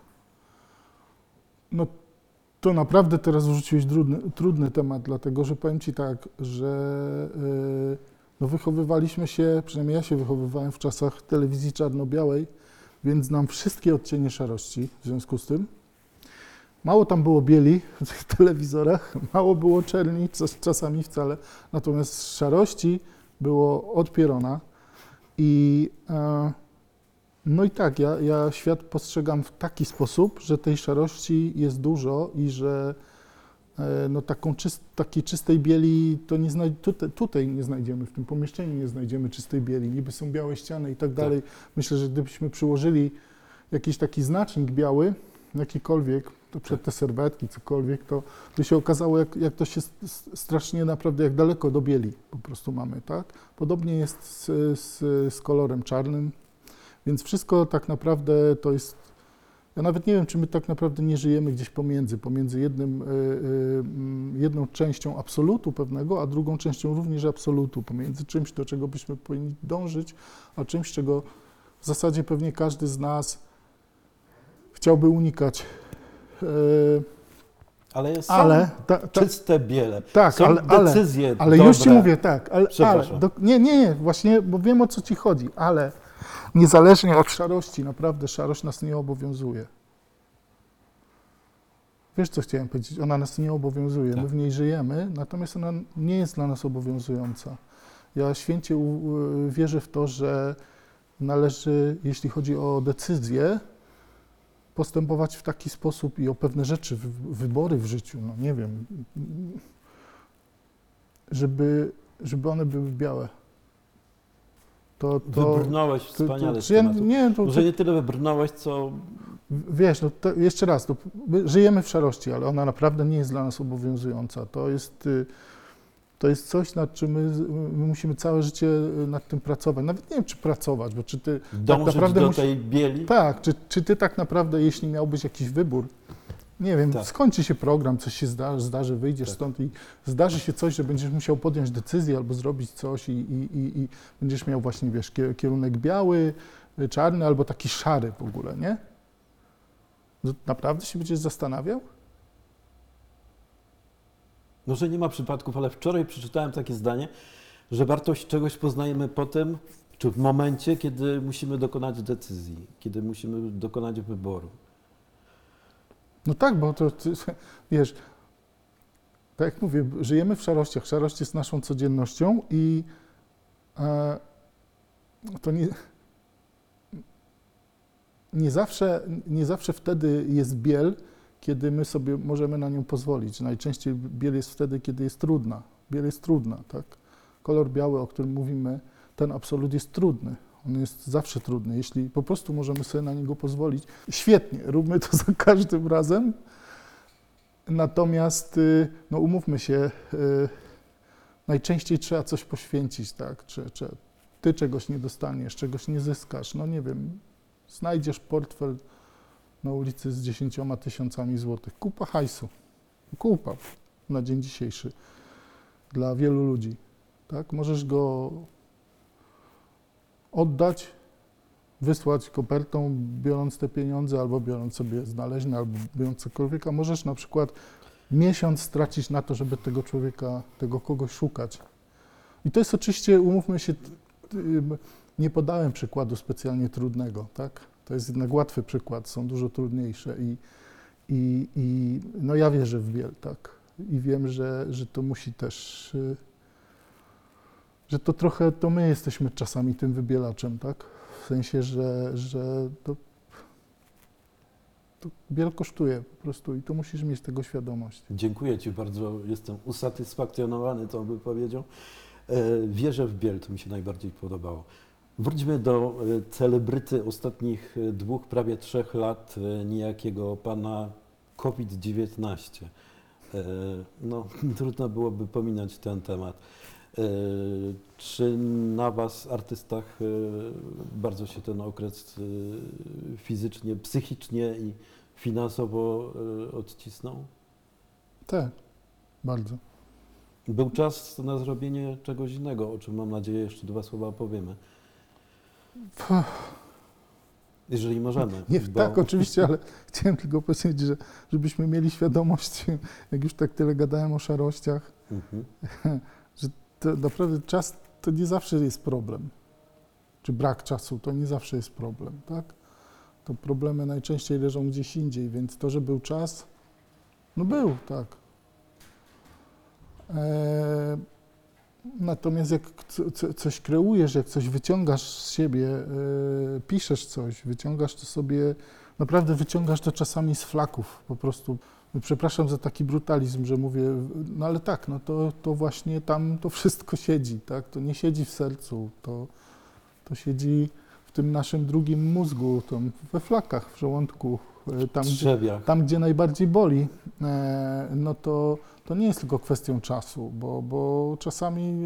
Speaker 2: no to naprawdę teraz wrzuciłeś trudny temat, dlatego że powiem Ci tak, że no wychowywaliśmy się, przynajmniej ja się wychowywałem w czasach telewizji czarno-białej, więc znam wszystkie odcienie szarości w związku z tym. Mało tam było bieli w tych telewizorach, mało było czerni, czasami wcale, natomiast szarości było od pierona i no i tak, ja świat postrzegam w taki sposób, że tej szarości jest dużo i że no takiej czystej bieli to tutaj nie znajdziemy, w tym pomieszczeniu nie znajdziemy czystej bieli. Niby są białe ściany i tak dalej. Myślę, że gdybyśmy przyłożyli jakiś taki znacznik biały, jakikolwiek, to przed te serwetki, cokolwiek, to by się okazało, jak to się strasznie naprawdę, jak daleko do bieli po prostu mamy, tak? Podobnie jest z kolorem czarnym. Więc wszystko tak naprawdę to jest, ja nawet nie wiem, czy my tak naprawdę nie żyjemy gdzieś pomiędzy jedną częścią absolutu pewnego, a drugą częścią również absolutu, pomiędzy czymś, do czego byśmy powinni dążyć, a czymś, czego w zasadzie pewnie każdy z nas chciałby unikać.
Speaker 1: Ale są
Speaker 2: Ale,
Speaker 1: czyste biele.
Speaker 2: tak,
Speaker 1: Są
Speaker 2: ale
Speaker 1: decyzje
Speaker 2: ale
Speaker 1: dobre.
Speaker 2: już ci mówię, tak, ale
Speaker 1: Przepraszam.
Speaker 2: nie, właśnie, bo wiem, o co ci chodzi, ale niezależnie od szarości, naprawdę szarość nas nie obowiązuje. Wiesz, co chciałem powiedzieć? Ona nas nie obowiązuje,
Speaker 1: Tak.
Speaker 2: my w niej żyjemy, natomiast ona nie jest dla nas obowiązująca. Ja święcie wierzę w to, że należy, jeśli chodzi o decyzje, postępować w taki sposób i o pewne rzeczy, wybory w życiu, no nie wiem, żeby one były białe.
Speaker 1: Wybrnąłeś wspaniale z
Speaker 2: ja,
Speaker 1: tematu.
Speaker 2: nie,
Speaker 1: Może nie tyle wybrnąłeś, co
Speaker 2: wiesz, no to jeszcze raz, my żyjemy w szarości, ale ona naprawdę nie jest dla nas obowiązująca. To jest coś, nad czym my musimy całe życie nad tym pracować. Nawet nie wiem, czy pracować, bo czy ty
Speaker 1: dążyć
Speaker 2: tak naprawdę
Speaker 1: do tej bieli.
Speaker 2: Tak, czy ty tak naprawdę, jeśli miałbyś jakiś wybór, nie wiem,
Speaker 1: Tak.
Speaker 2: skończy się program, coś się zdarzy, wyjdziesz
Speaker 1: Tak.
Speaker 2: stąd i zdarzy się coś, że będziesz musiał podjąć decyzję albo zrobić coś i będziesz miał właśnie, wiesz, kierunek biały, czarny albo taki szary w ogóle, nie? Naprawdę się będziesz zastanawiał?
Speaker 1: Może nie ma przypadków, ale wczoraj przeczytałem takie zdanie, że wartość czegoś poznajemy po tym, czy w momencie, kiedy musimy dokonać decyzji, kiedy musimy dokonać wyboru.
Speaker 2: No tak, bo wiesz, tak jak mówię, żyjemy w szarościach. Szarość jest naszą codziennością i to nie zawsze wtedy jest biel, kiedy my sobie możemy na nią pozwolić. Najczęściej biel jest wtedy, kiedy jest trudna. Biel jest trudna, tak? Kolor biały, o którym mówimy, ten absolut jest trudny. On jest zawsze trudny. Jeśli po prostu możemy sobie na niego pozwolić, świetnie, róbmy to za każdym razem. Natomiast, no umówmy się, najczęściej trzeba coś poświęcić, tak? Czy ty czegoś nie dostaniesz, czegoś nie zyskasz, no nie wiem, znajdziesz portfel na ulicy z 10 000 złotych. Kupa hajsu. Kupa na dzień dzisiejszy dla wielu ludzi. Tak? Możesz go oddać, wysłać kopertą, biorąc te pieniądze, albo biorąc sobie znaleźne, albo biorąc cokolwiek, a możesz na przykład miesiąc stracić na to, żeby tego człowieka, tego kogoś szukać. I to jest oczywiście, umówmy się, nie podałem przykładu specjalnie trudnego, tak? To jest jednak łatwy przykład, są dużo trudniejsze i no ja wierzę w biel, tak? I wiem, że to musi też, że to trochę, to my jesteśmy czasami tym wybielaczem, tak? W sensie, że to biel kosztuje po prostu i to musisz mieć tego świadomość.
Speaker 1: Dziękuję Ci bardzo, jestem usatysfakcjonowany tą wypowiedzią. Wierzę w biel, to mi się najbardziej podobało. Wróćmy do celebryty ostatnich 2, prawie 3 lat, niejakiego pana COVID-19. No, trudno byłoby pominąć ten temat. Czy na Was, artystach, bardzo się ten okres fizycznie, psychicznie i finansowo odcisnął?
Speaker 2: Tak, bardzo.
Speaker 1: Był czas na zrobienie czegoś innego, o czym mam nadzieję jeszcze 2 słowa opowiemy. Jeżeli możemy.
Speaker 2: Nie, tak, oczywiście, ale chciałem tylko powiedzieć, żebyśmy mieli świadomość, jak już tak tyle gadałem o szarościach, że to naprawdę czas to nie zawsze jest problem. Czy brak czasu to nie zawsze jest problem, tak? To problemy najczęściej leżą gdzieś indziej, więc to, że był czas, no był, tak. Natomiast jak coś kreujesz, jak coś wyciągasz z siebie, piszesz coś, wyciągasz to sobie, naprawdę wyciągasz to czasami z flaków, po prostu. Przepraszam za taki brutalizm, że mówię, no ale tak, no to właśnie tam to wszystko siedzi, tak? To nie siedzi w sercu, to siedzi w tym naszym drugim mózgu, tam we flakach, w żołądku, tam gdzie najbardziej boli, no to nie jest tylko kwestią czasu, bo czasami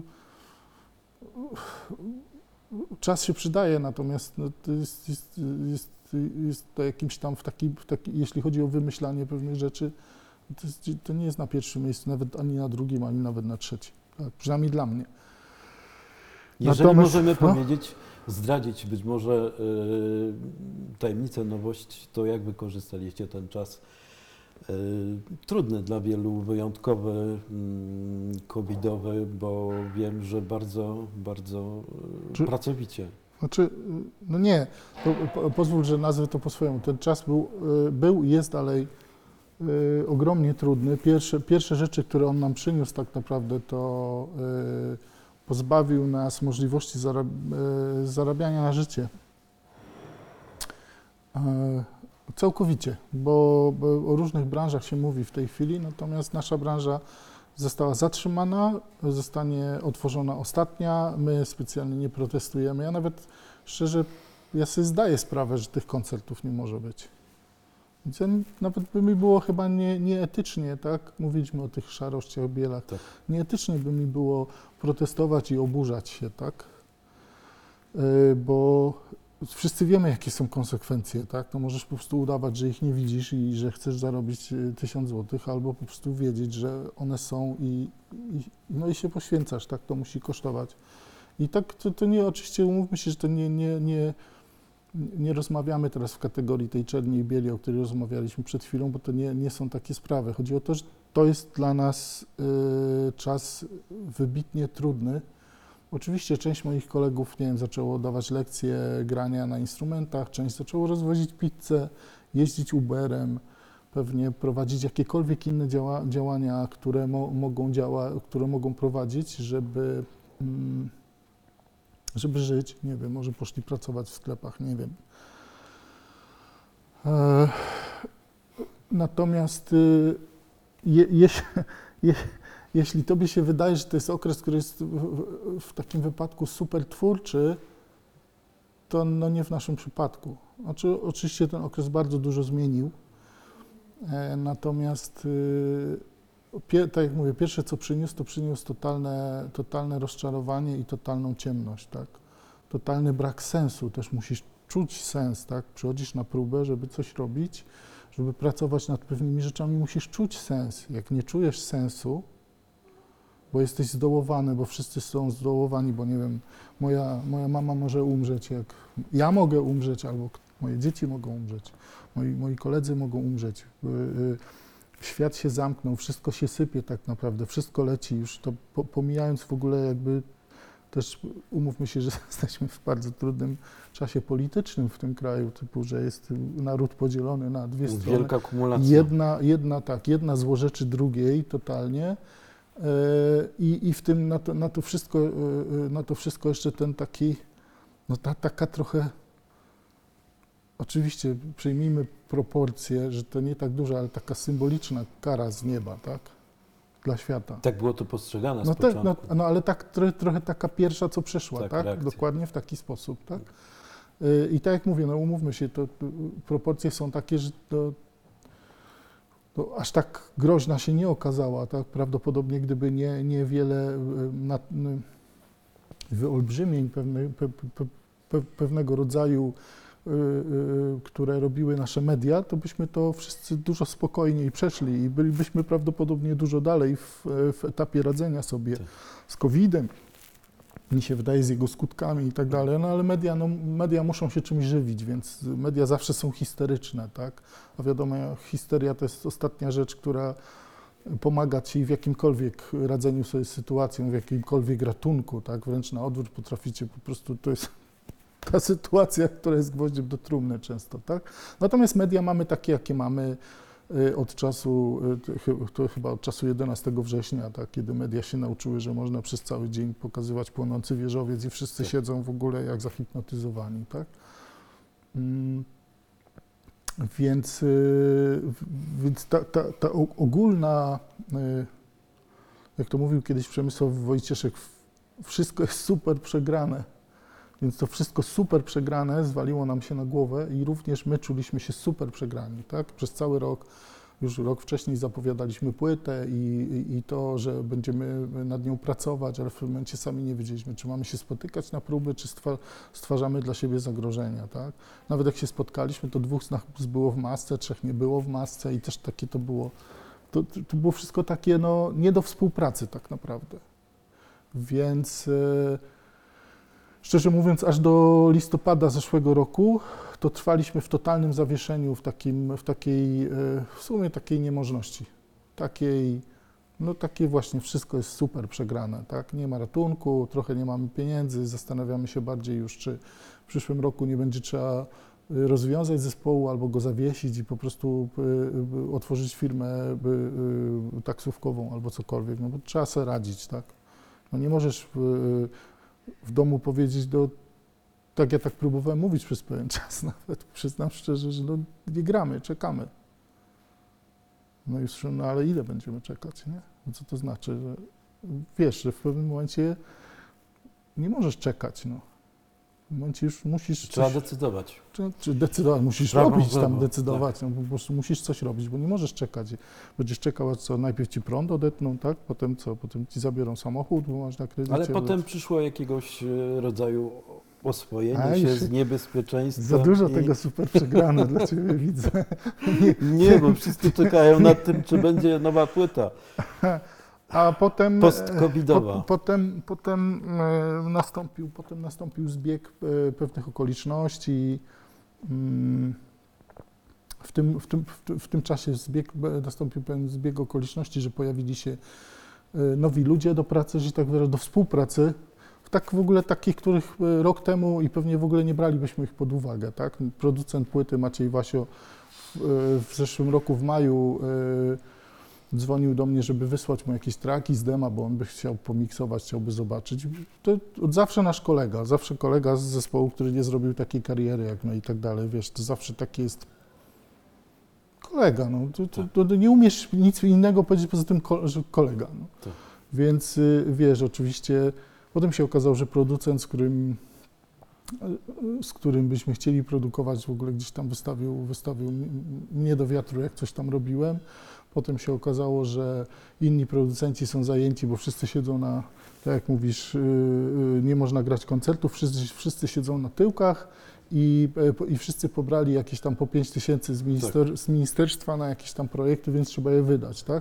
Speaker 2: czas się przydaje, natomiast no, to jest to jakimś tam jeśli chodzi o wymyślanie pewnych rzeczy, to nie jest na pierwszym miejscu, nawet ani na drugim, ani nawet na trzecim. Tak? Przynajmniej dla mnie.
Speaker 1: Jeżeli
Speaker 2: Natomiast,
Speaker 1: możemy powiedzieć, zdradzić być może tajemnicę, nowość, to jak wykorzystaliście ten czas trudny dla wielu, wyjątkowy, covidowy, bo wiem, że bardzo, bardzo
Speaker 2: Czy-
Speaker 1: pracowicie.
Speaker 2: Znaczy, no nie, pozwól, że nazwę to po swojemu. Ten czas był i jest dalej ogromnie trudny. Pierwsze rzeczy, które on nam przyniósł tak naprawdę, to pozbawił nas możliwości zarabiania na życie. Całkowicie, bo o różnych branżach się mówi w tej chwili, natomiast nasza branża została zatrzymana, zostanie otworzona ostatnia, my specjalnie nie protestujemy. Ja nawet szczerze, ja sobie zdaję sprawę, że tych koncertów nie może być. Więc nawet by mi było chyba nieetycznie, tak? Mówiliśmy o tych szarościach, bielach.
Speaker 1: Tak.
Speaker 2: Nieetycznie by mi było protestować i oburzać się, tak? Bo wszyscy wiemy, jakie są konsekwencje, tak? No możesz po prostu udawać, że ich nie widzisz i że chcesz zarobić 1000 zł, albo po prostu wiedzieć, że one są no i się poświęcasz, tak? To musi kosztować. I tak to nie, oczywiście umówmy się, że to nie rozmawiamy teraz w kategorii tej czerni i bieli, o której rozmawialiśmy przed chwilą, bo to nie są takie sprawy. Chodzi o to, że to jest dla nas czas wybitnie trudny. Oczywiście część moich kolegów, nie wiem, zaczęło dawać lekcje grania na instrumentach, część zaczęło rozwozić pizzę, jeździć Uberem, pewnie prowadzić jakiekolwiek inne działania, które mogą prowadzić, żeby żyć. Nie wiem, może poszli pracować w sklepach, nie wiem. Natomiast jeśli tobie się wydaje, że to jest okres, który jest w takim wypadku super twórczy, to no nie w naszym przypadku. Znaczy, oczywiście ten okres bardzo dużo zmienił, natomiast tak jak mówię, pierwsze co przyniósł, to przyniósł totalne rozczarowanie i totalną ciemność, tak? Totalny brak sensu, też musisz czuć sens, tak? Przychodzisz na próbę, żeby coś robić, żeby pracować nad pewnymi rzeczami, musisz czuć sens. Jak nie czujesz sensu, bo jesteś zdołowany, bo wszyscy są zdołowani, bo nie wiem, moja mama może umrzeć, jak ja mogę umrzeć, albo moje dzieci mogą umrzeć, moi koledzy mogą umrzeć. Świat się zamknął, wszystko się sypie tak naprawdę, wszystko leci już, to pomijając w ogóle jakby też umówmy się, że jesteśmy w bardzo trudnym czasie politycznym w tym kraju, typu, że jest naród podzielony na dwie strony.
Speaker 1: Wielka kumulacja.
Speaker 2: Jedna złorzeczy drugiej totalnie i w tym na to wszystko jeszcze ten taki, no taka trochę, oczywiście przyjmijmy proporcje, że to nie tak duża, ale taka symboliczna kara z nieba, tak? Dla świata.
Speaker 1: Tak było to postrzegane z
Speaker 2: No,
Speaker 1: początku.
Speaker 2: no ale tak trochę taka pierwsza, co przeszła,
Speaker 1: Tak,
Speaker 2: tak?
Speaker 1: reakcja.
Speaker 2: Dokładnie w taki sposób, tak? I tak jak mówię, no umówmy się, to proporcje są takie, że to aż tak groźna się nie okazała, tak? Prawdopodobnie gdyby nie wiele wyolbrzymień pewnego rodzaju, które robiły nasze media, to byśmy to wszyscy dużo spokojniej przeszli i bylibyśmy prawdopodobnie dużo dalej w etapie radzenia sobie z COVID-em. Mi się wydaje, z jego skutkami i tak dalej, no ale media muszą się czymś żywić, więc media zawsze są histeryczne, tak? A wiadomo, histeria to jest ostatnia rzecz, która pomaga ci w jakimkolwiek radzeniu sobie z sytuacją, w jakimkolwiek ratunku, tak? Wręcz na odwrót potraficie po prostu, to jest ta sytuacja, która jest gwoździem do trumny często, tak? Natomiast media mamy takie, jakie mamy od czasu, to chyba od czasu 11 września, tak? Kiedy media się nauczyły, że można przez cały dzień pokazywać płonący wieżowiec i wszyscy
Speaker 1: Tak.
Speaker 2: siedzą w ogóle jak zahipnotyzowani, tak? Więc ta ogólna, jak to mówił kiedyś Przemysław Wojcieszek, wszystko jest super przegrane. Więc to wszystko super przegrane zwaliło nam się na głowę i również my czuliśmy się super przegrani, tak? Przez cały rok, już rok wcześniej zapowiadaliśmy płytę i to, że będziemy nad nią pracować, ale w pewnym momencie sami nie wiedzieliśmy, czy mamy się spotykać na próby, czy stwarzamy dla siebie zagrożenia, tak? Nawet jak się spotkaliśmy, to 2 z nas było w masce, 3 nie było w masce i też takie to było. To było wszystko takie, no, nie do współpracy tak naprawdę. Więc Szczerze mówiąc, aż do listopada zeszłego roku to trwaliśmy w totalnym zawieszeniu, w sumie takiej niemożności. Takie właśnie wszystko jest super przegrane, tak? Nie ma ratunku, trochę nie mamy pieniędzy, zastanawiamy się bardziej już, czy w przyszłym roku nie będzie trzeba rozwiązać zespołu albo go zawiesić i po prostu otworzyć firmę taksówkową albo cokolwiek, no bo trzeba sobie radzić, tak? No nie możesz w domu powiedzieć tak ja tak próbowałem mówić przez pewien czas nawet, przyznam szczerze, że no nie gramy, czekamy. No już, no ale ile będziemy czekać, nie? No co to znaczy, że wiesz, że w pewnym momencie nie możesz czekać, no. W tym momencie już musisz
Speaker 1: Trzeba decydować.
Speaker 2: czy decydować, musisz
Speaker 1: Prawą
Speaker 2: robić tam,
Speaker 1: lewą,
Speaker 2: decydować, no po prostu musisz coś robić, bo nie możesz czekać. Będziesz czekał, aż co, najpierw ci prąd odetną, tak? Potem co? Potem ci zabiorą samochód, bo masz na kredycie.
Speaker 1: Ale potem przyszło jakiegoś rodzaju oswojenie
Speaker 2: A,
Speaker 1: się
Speaker 2: już
Speaker 1: z niebezpieczeństwem.
Speaker 2: Za dużo tego super przegrane dla ciebie widzę.
Speaker 1: Nie, bo wszyscy czekają nad tym, czy będzie nowa płyta
Speaker 2: A potem
Speaker 1: post-covidowa.
Speaker 2: Potem nastąpił zbieg pewnych okoliczności. W tym czasie nastąpił pewien zbieg okoliczności, że pojawili się nowi ludzie do pracy, że tak wyrażę, do współpracy. Tak w ogóle takich, których rok temu i pewnie w ogóle nie bralibyśmy ich pod uwagę, tak? Producent płyty Maciej Wasio w zeszłym roku w maju dzwonił do mnie, żeby wysłać mu jakieś traki z dema, bo on by chciał pomiksować, chciałby zobaczyć. To od zawsze nasz kolega z zespołu, który nie zrobił takiej kariery jak my i tak dalej, wiesz, to zawsze taki jest kolega, no. To nie umiesz nic innego powiedzieć poza tym, że kolega, no.
Speaker 1: Tak.
Speaker 2: Więc wiesz, oczywiście potem się okazało, że producent, z którym byśmy chcieli produkować, w ogóle gdzieś tam wystawił mnie do wiatru, jak coś tam robiłem. Potem się okazało, że inni producenci są zajęci, bo wszyscy siedzą tak jak mówisz, nie można grać koncertów, wszyscy siedzą na tyłkach i wszyscy pobrali jakieś tam po 5 tysięcy z ministerstwa na jakieś tam projekty, więc trzeba je wydać, tak?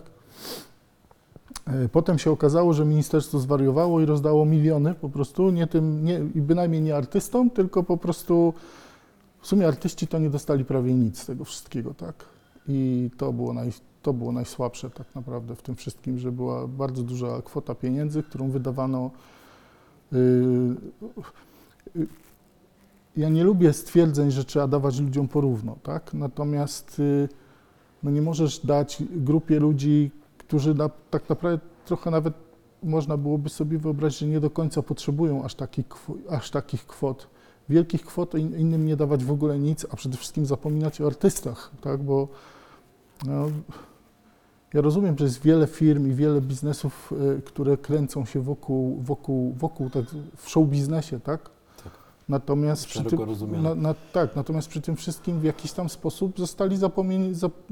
Speaker 2: Potem się okazało, że ministerstwo zwariowało i rozdało miliony po prostu, i bynajmniej nie artystom, tylko po prostu w sumie artyści to nie dostali prawie nic z tego wszystkiego, tak? I to było najsłabsze tak naprawdę w tym wszystkim, że była bardzo duża kwota pieniędzy, którą wydawano. Ja nie lubię stwierdzeń, że trzeba dawać ludziom porówno, tak? Natomiast no nie możesz dać grupie ludzi, którzy tak naprawdę trochę nawet można byłoby sobie wyobrazić, że nie do końca potrzebują aż takich kwot, wielkich kwot, innym nie dawać w ogóle nic, a przede wszystkim zapominać o artystach, tak? Bo no, ja rozumiem, że jest wiele firm i wiele biznesów, które kręcą się wokół tak, w show biznesie, tak? Natomiast natomiast przy tym wszystkim w jakiś tam sposób zostali zapomniani,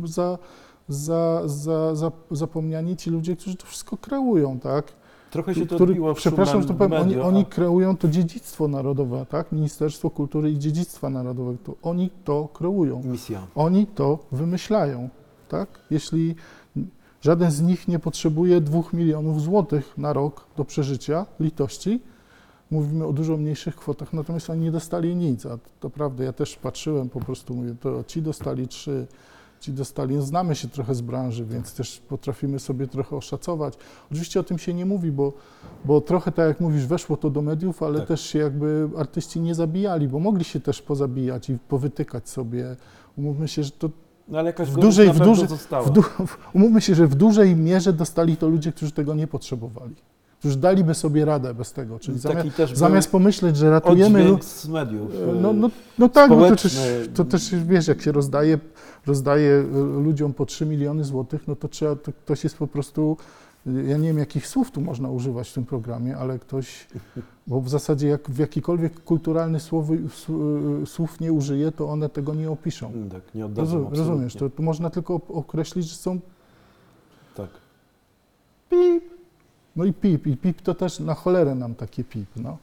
Speaker 2: zapomniani ci ludzie, którzy to wszystko kreują, tak?
Speaker 1: Trochę się to odbiło w
Speaker 2: przepraszam, że to powiem,
Speaker 1: media,
Speaker 2: oni kreują to dziedzictwo narodowe, tak? Ministerstwo Kultury i Dziedzictwa Narodowego, to oni to kreują.
Speaker 1: Misja.
Speaker 2: Oni to wymyślają, tak? Jeśli żaden z nich nie potrzebuje 2 milionów złotych na rok do przeżycia, litości, mówimy o dużo mniejszych kwotach, natomiast oni nie dostali nic, a to prawda, ja też patrzyłem, po prostu mówię, to ci dostali 3, ci dostali, no znamy się trochę z branży, więc też potrafimy sobie trochę oszacować. Oczywiście o tym się nie mówi, bo trochę tak jak mówisz, weszło to do mediów, ale też się jakby artyści nie zabijali, bo mogli się też pozabijać i powytykać sobie. Umówmy się, że to
Speaker 1: no ale jakaś
Speaker 2: umówmy się, że w dużej mierze dostali to ludzie, którzy tego nie potrzebowali. Którzy daliby sobie radę bez tego, czyli zamiast pomyśleć, że ratujemy...
Speaker 1: z mediów.
Speaker 2: No tak, no to też wiesz, jak się rozdaje ludziom po 3 miliony złotych, no to ktoś jest po prostu, ja nie wiem jakich słów tu można używać w tym programie, ale ktoś, bo w zasadzie jak w jakikolwiek kulturalny słów nie użyje, to one tego nie opiszą.
Speaker 1: Tak, nie oddadzą.
Speaker 2: Rozumiesz, to można tylko określić, że są...
Speaker 1: Tak.
Speaker 2: Pip. No i pip to też na cholerę nam takie pip, no.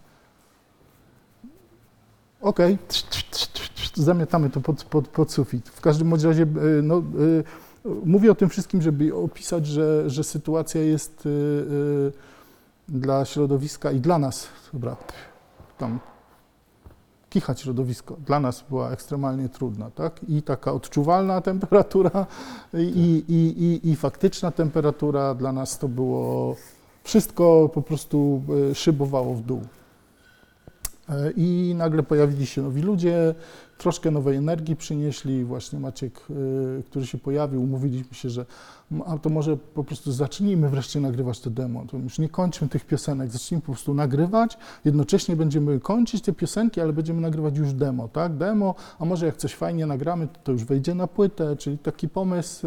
Speaker 2: Okej, zamiatamy to pod sufit. W każdym bądź razie, mówię o tym wszystkim, żeby opisać, że sytuacja jest dla środowiska i dla nas, dobra, tam kichać środowisko. Dla nas była ekstremalnie trudna, tak? I taka odczuwalna temperatura i faktyczna temperatura. Dla nas to było, wszystko po prostu szybowało w dół. I nagle pojawili się nowi ludzie, troszkę nowej energii przynieśli. Właśnie Maciek, który się pojawił, umówiliśmy się, że a to może po prostu zacznijmy wreszcie nagrywać te demo. To już nie kończmy tych piosenek, zacznijmy po prostu nagrywać. Jednocześnie będziemy kończyć te piosenki, ale będziemy nagrywać już demo, tak? Demo, a może jak coś fajnie nagramy, to już wejdzie na płytę, czyli taki pomysł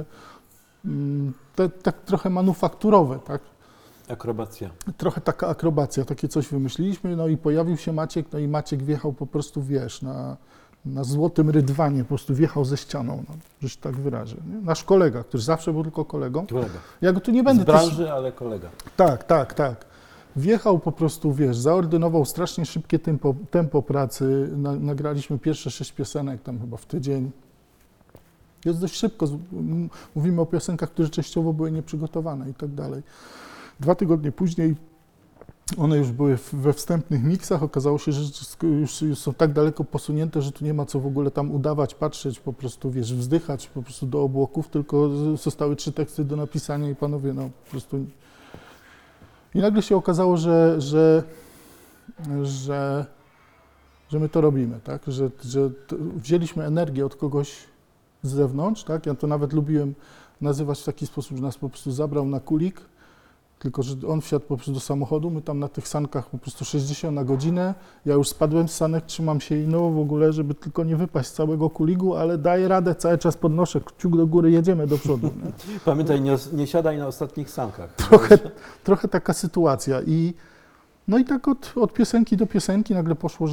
Speaker 2: tak trochę manufakturowy, tak?
Speaker 1: Akrobacja.
Speaker 2: Trochę taka akrobacja, takie coś wymyśliliśmy, no i pojawił się Maciek, no i Maciek wjechał po prostu, wiesz, na złotym rydwanie, po prostu wjechał ze ścianą, no, że się tak wyrażę. Nie? Nasz kolega, który zawsze był tylko kolegą.
Speaker 1: Kolega.
Speaker 2: Ja go tu nie będę
Speaker 1: Z branży, ale kolega.
Speaker 2: Tak. Wjechał po prostu, wiesz, zaordynował strasznie szybkie tempo pracy, nagraliśmy pierwsze 6 piosenek tam chyba w tydzień. Jest dość szybko, mówimy o piosenkach, które częściowo były nieprzygotowane i tak dalej. 2 tygodnie później one już były we wstępnych miksach. Okazało się, że już są tak daleko posunięte, że tu nie ma co w ogóle tam udawać, patrzeć, po prostu, wiesz, wzdychać po prostu do obłoków, tylko zostały 3 teksty do napisania i panowie, no po prostu... I nagle się okazało, że my to robimy, tak? Że wzięliśmy energię od kogoś z zewnątrz, tak? Ja to nawet lubiłem nazywać w taki sposób, że nas po prostu zabrał na kulik, tylko że on wsiadł po prostu do samochodu, my tam na tych sankach po prostu 60 na godzinę, ja już spadłem z sanek, trzymam się ino w ogóle, żeby tylko nie wypaść z całego kuligu, ale daję radę, cały czas podnoszę, kciuk do góry, jedziemy do przodu. Nie?
Speaker 1: Pamiętaj, nie siadaj na ostatnich sankach.
Speaker 2: Trochę taka sytuacja i no i tak od piosenki do piosenki nagle poszło,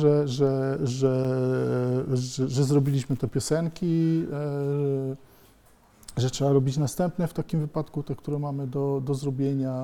Speaker 2: że zrobiliśmy te piosenki, że trzeba robić następne w takim wypadku, te, które mamy do zrobienia,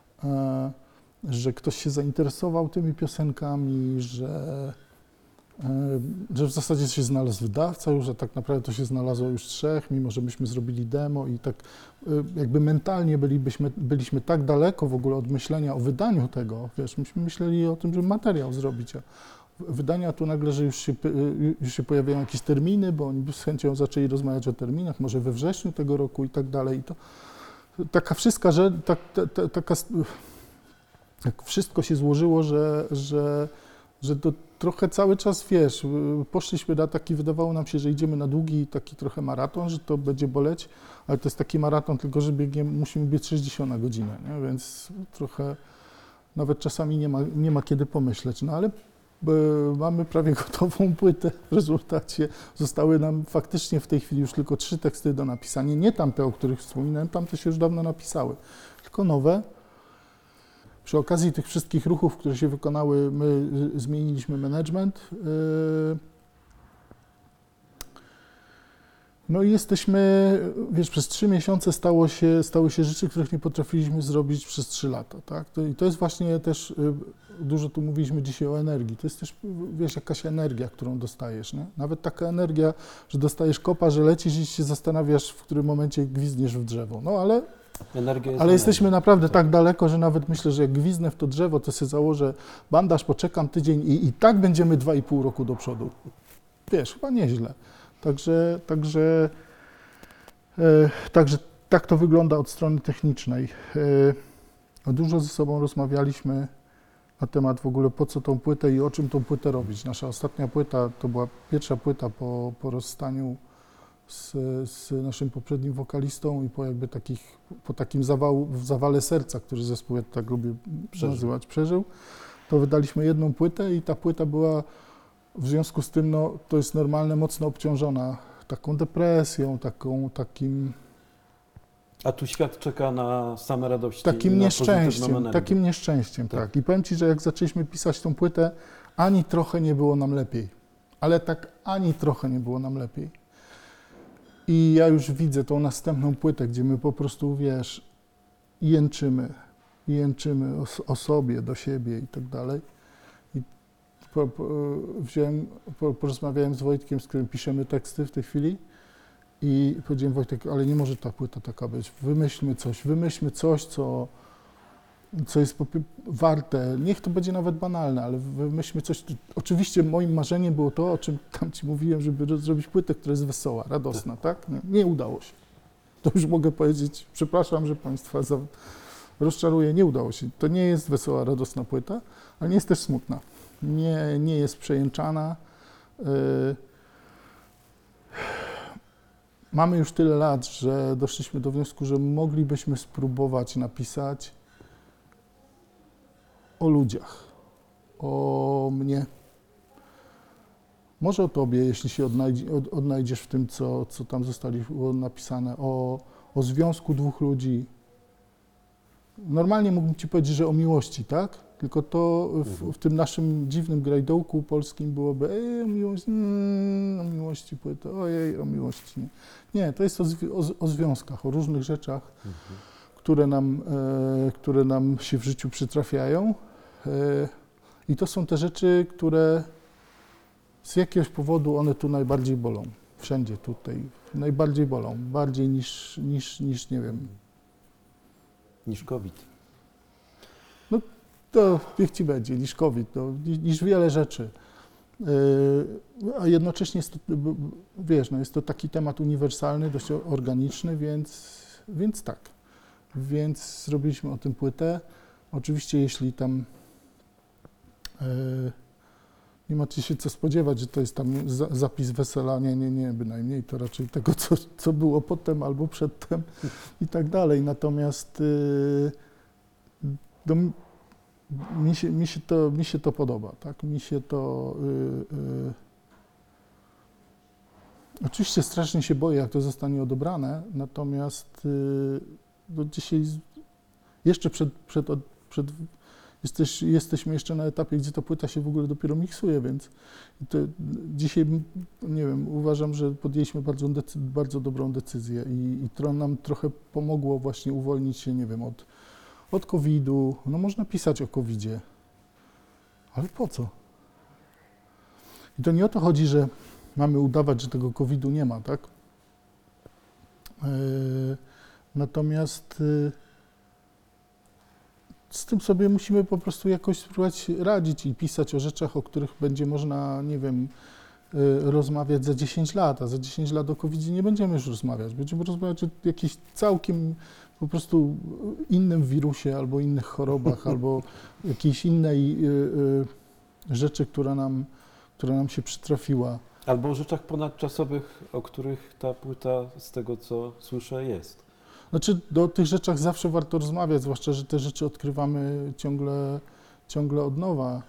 Speaker 2: że ktoś się zainteresował tymi piosenkami, że w zasadzie się znalazł wydawca już, a tak naprawdę to się znalazło już 3, mimo że myśmy zrobili demo i tak jakby mentalnie byliśmy tak daleko w ogóle od myślenia o wydaniu tego, wiesz, myśmy myśleli o tym, żeby materiał zrobić, a wydania tu nagle, że już się pojawiają jakieś terminy, bo oni z chęcią zaczęli rozmawiać o terminach, może we wrześniu tego roku i tak dalej. I to taka wszystka rzecz, tak wszystko się złożyło, że to trochę cały czas, wiesz, poszliśmy na taki, wydawało nam się, że idziemy na długi taki trochę maraton, że to będzie boleć, ale to jest taki maraton, tylko że musimy biec 60 na godzinę, nie? Więc trochę nawet czasami nie ma kiedy pomyśleć, no ale mamy prawie gotową płytę w rezultacie. Zostały nam faktycznie w tej chwili już tylko 3 teksty do napisania, nie tamte, o których wspominałem, tamte się już dawno napisały, tylko nowe. Przy okazji tych wszystkich ruchów, które się wykonały, my zmieniliśmy management. No i jesteśmy, wiesz, przez 3 miesiące stały się rzeczy, których nie potrafiliśmy zrobić przez 3 lata, tak? I to jest właśnie też, dużo tu mówiliśmy dzisiaj o energii, to jest też, wiesz, jakaś energia, którą dostajesz, nie? Nawet taka energia, że dostajesz kopa, że lecisz i się zastanawiasz, w którym momencie gwizdniesz w drzewo, no ale jesteśmy naprawdę tak daleko, że nawet myślę, że jak gwizdnę w to drzewo, to sobie założę bandaż, poczekam tydzień i tak będziemy 2,5 roku do przodu. Wiesz, chyba nieźle. Także tak to wygląda od strony technicznej. Dużo ze sobą rozmawialiśmy na temat w ogóle po co tą płytę i o czym tą płytę robić. Nasza ostatnia płyta to była pierwsza płyta po rozstaniu z naszym poprzednim wokalistą i po takim zawale serca, który zespół, ja tak lubię nazywać, przeżył, to wydaliśmy jedną płytę i ta płyta była w związku z tym, no, to jest normalne, mocno obciążona taką depresją, takim...
Speaker 1: A tu świat czeka na same radości.
Speaker 2: Takim nieszczęściem, tak. I powiem Ci, że jak zaczęliśmy pisać tą płytę, ani trochę nie było nam lepiej. Ale tak ani trochę nie było nam lepiej. I ja już widzę tą następną płytę, gdzie my po prostu, wiesz, jęczymy o sobie, do siebie i tak dalej. I porozmawiałem z Wojtkiem, z którym piszemy teksty w tej chwili i powiedziałem: Wojtek, ale nie może ta płyta taka być. Wymyślmy coś, co co jest warte, niech to będzie nawet banalne, ale wymyślmy coś. Oczywiście moim marzeniem było to, o czym tam ci mówiłem, żeby zrobić płytę, która jest wesoła, radosna, tak? Nie udało się. To już mogę powiedzieć, przepraszam, że Państwa rozczaruję, nie udało się. To nie jest wesoła, radosna płyta, ale nie jest też smutna. Nie jest przejęczana. Mamy już tyle lat, że doszliśmy do wniosku, że moglibyśmy spróbować napisać o ludziach, o mnie. Może o tobie, jeśli się odnajdziesz w tym, co tam zostało napisane, o związku dwóch ludzi. Normalnie mógłbym ci powiedzieć, że o miłości, tak? Tylko to w tym naszym dziwnym grajdołku polskim byłoby o miłości płyta, ojej, o miłości. Nie, to jest o związkach, o różnych rzeczach, które nam się w życiu przytrafiają. I to są te rzeczy, które z jakiegoś powodu one tu najbardziej bolą. Wszędzie tutaj. Najbardziej bolą. Bardziej niż nie wiem.
Speaker 1: Niż COVID.
Speaker 2: No to niech ci będzie, niż COVID, niż wiele rzeczy. A jednocześnie jest to, wiesz, no jest to taki temat uniwersalny, dość organiczny, więc tak. Więc zrobiliśmy o tym płytę. Oczywiście jeśli tam nie macie się co spodziewać, że to jest tam zapis wesela, nie, bynajmniej, to raczej tego, co było potem albo przedtem i tak dalej. Natomiast mi się to podoba, tak? Mi się to... Oczywiście strasznie się boję, jak to zostanie odebrane, natomiast dzisiaj jeszcze jesteśmy jeszcze na etapie, gdzie ta płyta się w ogóle dopiero miksuje, więc dzisiaj, nie wiem, uważam, że podjęliśmy bardzo dobrą decyzję i to nam trochę pomogło właśnie uwolnić się, nie wiem, od COVID-u. No można pisać o COVID-zie, ale po co? I to nie o to chodzi, że mamy udawać, że tego COVID-u nie ma, tak? Natomiast z tym sobie musimy po prostu jakoś spróbować radzić i pisać o rzeczach, o których będzie można, nie wiem, rozmawiać za 10 lat, a za 10 lat o COVID-zie nie będziemy już rozmawiać. Będziemy rozmawiać o jakiejś całkiem po prostu innym wirusie albo innych chorobach, albo jakiejś innej rzeczy, która nam się przytrafiła.
Speaker 1: Albo o rzeczach ponadczasowych, o których ta płyta, z tego co słyszę, jest.
Speaker 2: Znaczy, o tych rzeczach zawsze warto rozmawiać, zwłaszcza, że te rzeczy odkrywamy ciągle od nowa.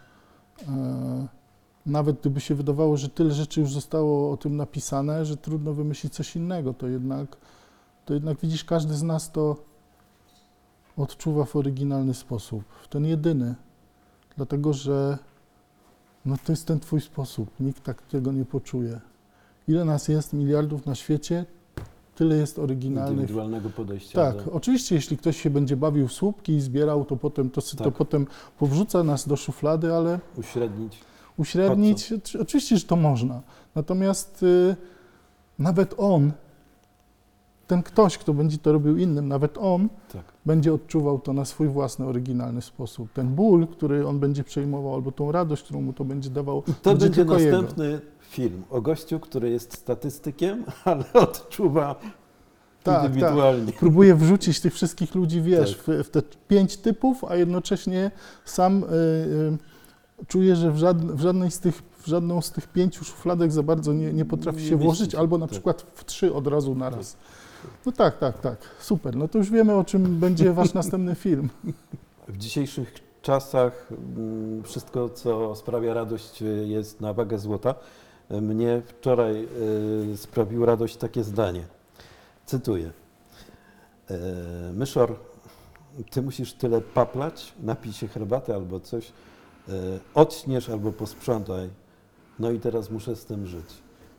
Speaker 2: Nawet gdyby się wydawało, że tyle rzeczy już zostało o tym napisane, że trudno wymyślić coś innego, to jednak widzisz, każdy z nas to odczuwa w oryginalny sposób, w ten jedyny. Dlatego, że no to jest ten twój sposób, nikt tak tego nie poczuje. Ile nas jest, miliardów na świecie, tyle jest oryginalnych.
Speaker 1: Indywidualnego podejścia.
Speaker 2: Tak, oczywiście, jeśli ktoś się będzie bawił w słupki i zbierał, to potem to potem powrzuca nas do szuflady, ale... Uśrednić, oczywiście, że to można. Natomiast nawet on, ten ktoś, kto będzie to robił innym, nawet on będzie odczuwał to na swój własny, oryginalny sposób. Ten ból, który on będzie przejmował, albo tą radość, którą mu to będzie dawało,
Speaker 1: i to będzie następny
Speaker 2: jego
Speaker 1: film o gościu, który jest statystykiem, ale odczuwa indywidualnie.
Speaker 2: Tak. Próbuje wrzucić tych wszystkich ludzi, wiesz, w te 5 typów, a jednocześnie sam czuje, że w żadną z tych 5 szufladek za bardzo nie potrafi się włożyć, albo na przykład w 3 od razu naraz. No tak. Super. No to już wiemy, o czym będzie wasz następny film.
Speaker 1: W dzisiejszych czasach wszystko, co sprawia radość, jest na wagę złota. Mnie wczoraj sprawiło radość takie zdanie. Cytuję. Myszor, ty musisz tyle paplać, napij się herbaty albo coś, odśniesz albo posprzątaj. No i teraz muszę z tym żyć.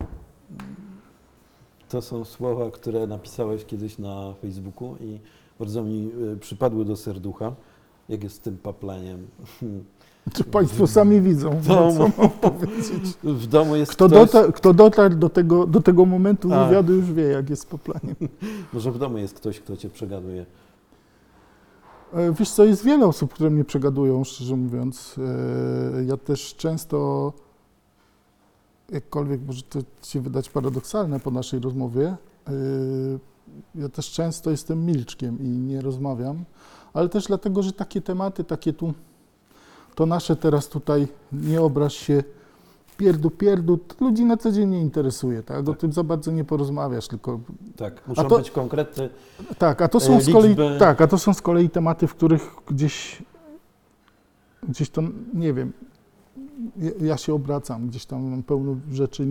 Speaker 1: To są słowa, które napisałeś kiedyś na Facebooku i bardzo mi przypadły do serducha, jak jest z tym paplaniem.
Speaker 2: Czy Państwo sami widzą, co mam powiedzieć.
Speaker 1: W domu jest
Speaker 2: Kto dotarł do tego momentu wywiadu, już wie, jak jest z paplaniem.
Speaker 1: Może w domu jest ktoś, kto cię przegaduje.
Speaker 2: Wiesz co, jest wiele osób, które mnie przegadują, szczerze mówiąc. Ja też często, jakkolwiek może to się wydać paradoksalne po naszej rozmowie, ja też często jestem milczkiem i nie rozmawiam, ale też dlatego, że takie tematy, takie tu, to nasze teraz tutaj, nie obraź się, pierdu, to ludzi na co dzień nie interesuje, tak? O tym za bardzo nie porozmawiasz, tylko...
Speaker 1: Tak, muszą
Speaker 2: to-
Speaker 1: być konkrety.
Speaker 2: Tak, a to są z kolei,
Speaker 1: liczby.
Speaker 2: tak, a to są z kolei tematy, w których gdzieś to, nie wiem, ja się obracam, gdzieś tam mam pełno rzeczy,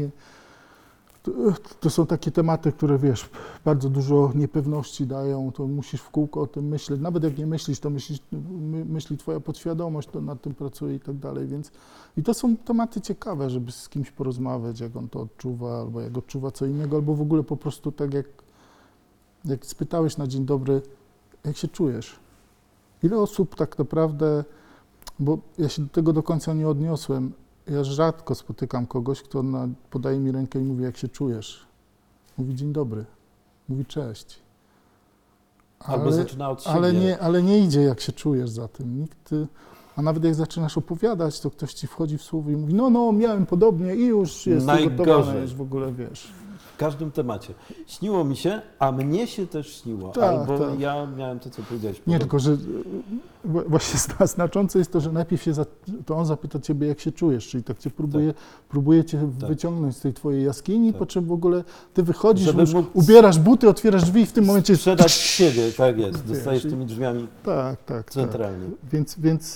Speaker 2: to są takie tematy, które wiesz, bardzo dużo niepewności dają, to musisz w kółko o tym myśleć, nawet jak nie myślisz, to myśli twoja podświadomość, to nad tym pracuje i tak dalej, więc i to są tematy ciekawe, żeby z kimś porozmawiać, jak on to odczuwa, albo jak odczuwa co innego, albo w ogóle po prostu tak jak spytałeś na dzień dobry, jak się czujesz? Ile osób tak naprawdę, bo ja się do tego do końca nie odniosłem, ja rzadko spotykam kogoś, kto podaje mi rękę i mówi, jak się czujesz. Mówi dzień dobry, mówi cześć.
Speaker 1: Albo zaczyna od siebie.
Speaker 2: Ale nie idzie, jak się czujesz za tym. A nawet jak zaczynasz opowiadać, to ktoś ci wchodzi w słowo i mówi, no, miałem podobnie i już jest ugotowane, już w ogóle wiesz.
Speaker 1: W każdym temacie. Śniło mi się, a mnie się też śniło.
Speaker 2: Tak,
Speaker 1: Albo
Speaker 2: tak.
Speaker 1: ja miałem to, co powiedziałeś.
Speaker 2: Nie, tylko że właśnie znaczące jest to, że najpierw to on zapyta ciebie, jak się czujesz, czyli tak cię próbuje cię wyciągnąć z tej twojej jaskini, po czym w ogóle ty wychodzisz,
Speaker 1: Żeby
Speaker 2: już
Speaker 1: mógł
Speaker 2: ubierasz buty, otwierasz drzwi i w tym momencie...
Speaker 1: sprzedać siebie, tak jest.
Speaker 2: Wiesz,
Speaker 1: Dostajesz tymi drzwiami
Speaker 2: Tak.
Speaker 1: centralnie.
Speaker 2: Więc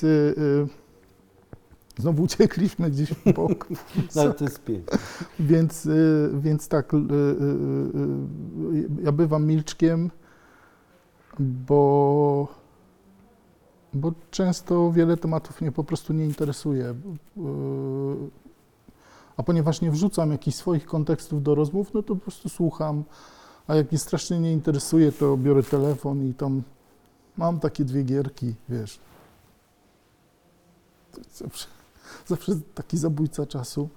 Speaker 2: znowu uciekliśmy gdzieś w bok.
Speaker 1: No, ale to jest piękne.
Speaker 2: Więc tak, ja bywam milczkiem, bo często wiele tematów mnie po prostu nie interesuje. A ponieważ nie wrzucam jakichś swoich kontekstów do rozmów, no to po prostu słucham. A jak mnie strasznie nie interesuje, to biorę telefon i tam mam takie 2 gierki, wiesz. Zawsze taki zabójca czasu.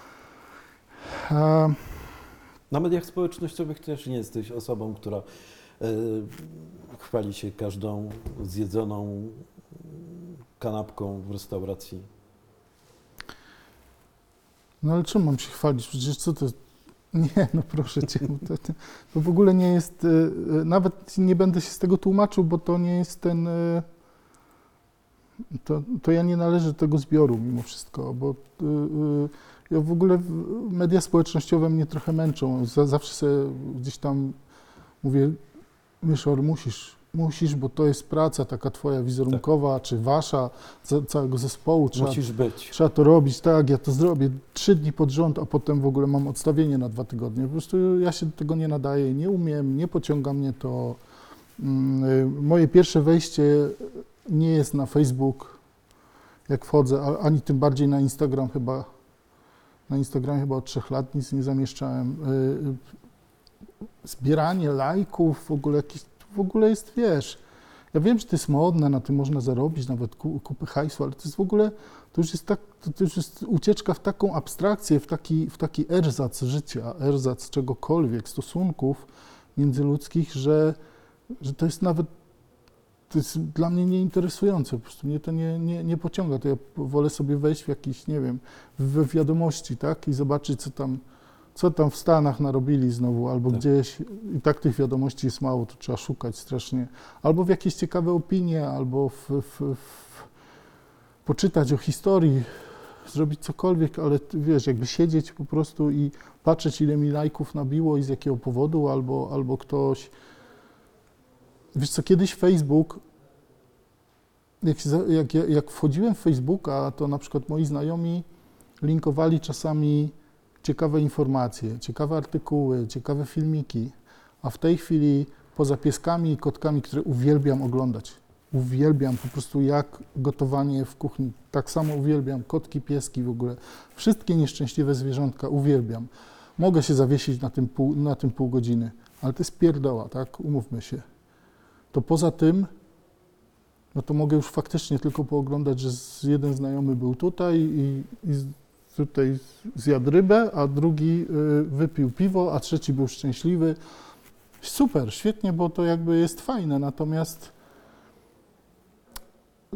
Speaker 1: Na mediach społecznościowych też nie jesteś osobą, która chwali się każdą zjedzoną kanapką w restauracji.
Speaker 2: No ale czym mam się chwalić? Przecież co to... Nie, no proszę cię, to w ogóle nie jest... Nawet nie będę się z tego tłumaczył, bo to nie jest ten... To ja nie należę do tego zbioru mimo wszystko, bo ja w ogóle media społecznościowe mnie trochę męczą. Zawsze sobie gdzieś tam mówię, Myszor, musisz, bo to jest praca taka twoja wizerunkowa, czy wasza, całego zespołu.
Speaker 1: Musisz być.
Speaker 2: Trzeba to robić, tak, ja to zrobię 3 dni pod rząd, a potem w ogóle mam odstawienie na 2 tygodnie. Po prostu ja się do tego nie nadaję, nie umiem, nie pociąga mnie to. Moje pierwsze wejście nie jest na Facebook, jak wchodzę, ani tym bardziej na Instagram chyba. Na Instagramie chyba od 3 lat nic nie zamieszczałem. Zbieranie lajków, w ogóle jest, wiesz, ja wiem, że to jest modne, na tym można zarobić nawet kupy hajsu, ale to jest w ogóle, to już jest ucieczka w taką abstrakcję, w taki erzac życia, erzac czegokolwiek, stosunków międzyludzkich, że to jest nawet, to jest dla mnie nieinteresujące, po prostu mnie to nie pociąga, to ja wolę sobie wejść w jakiś, nie wiem, w wiadomości, tak, i zobaczyć, co tam w Stanach narobili znowu, albo gdzieś, i tak tych wiadomości jest mało, to trzeba szukać strasznie, albo w jakieś ciekawe opinie, albo poczytać o historii, zrobić cokolwiek, ale wiesz, jakby siedzieć po prostu i patrzeć, ile mi lajków nabiło i z jakiego powodu, albo ktoś... Wiesz co, kiedyś Facebook, jak wchodziłem w Facebooka, to na przykład moi znajomi linkowali czasami ciekawe informacje, ciekawe artykuły, ciekawe filmiki, a w tej chwili poza pieskami i kotkami, które uwielbiam oglądać, uwielbiam po prostu jak gotowanie w kuchni, tak samo uwielbiam kotki, pieski w ogóle, wszystkie nieszczęśliwe zwierzątka uwielbiam. Mogę się zawiesić na tym pół godziny, ale to jest pierdoła, tak, umówmy się. To poza tym, no to mogę już faktycznie tylko pooglądać, że jeden znajomy był tutaj i tutaj zjadł rybę, a drugi wypił piwo, a trzeci był szczęśliwy. Super, świetnie, bo to jakby jest fajne, natomiast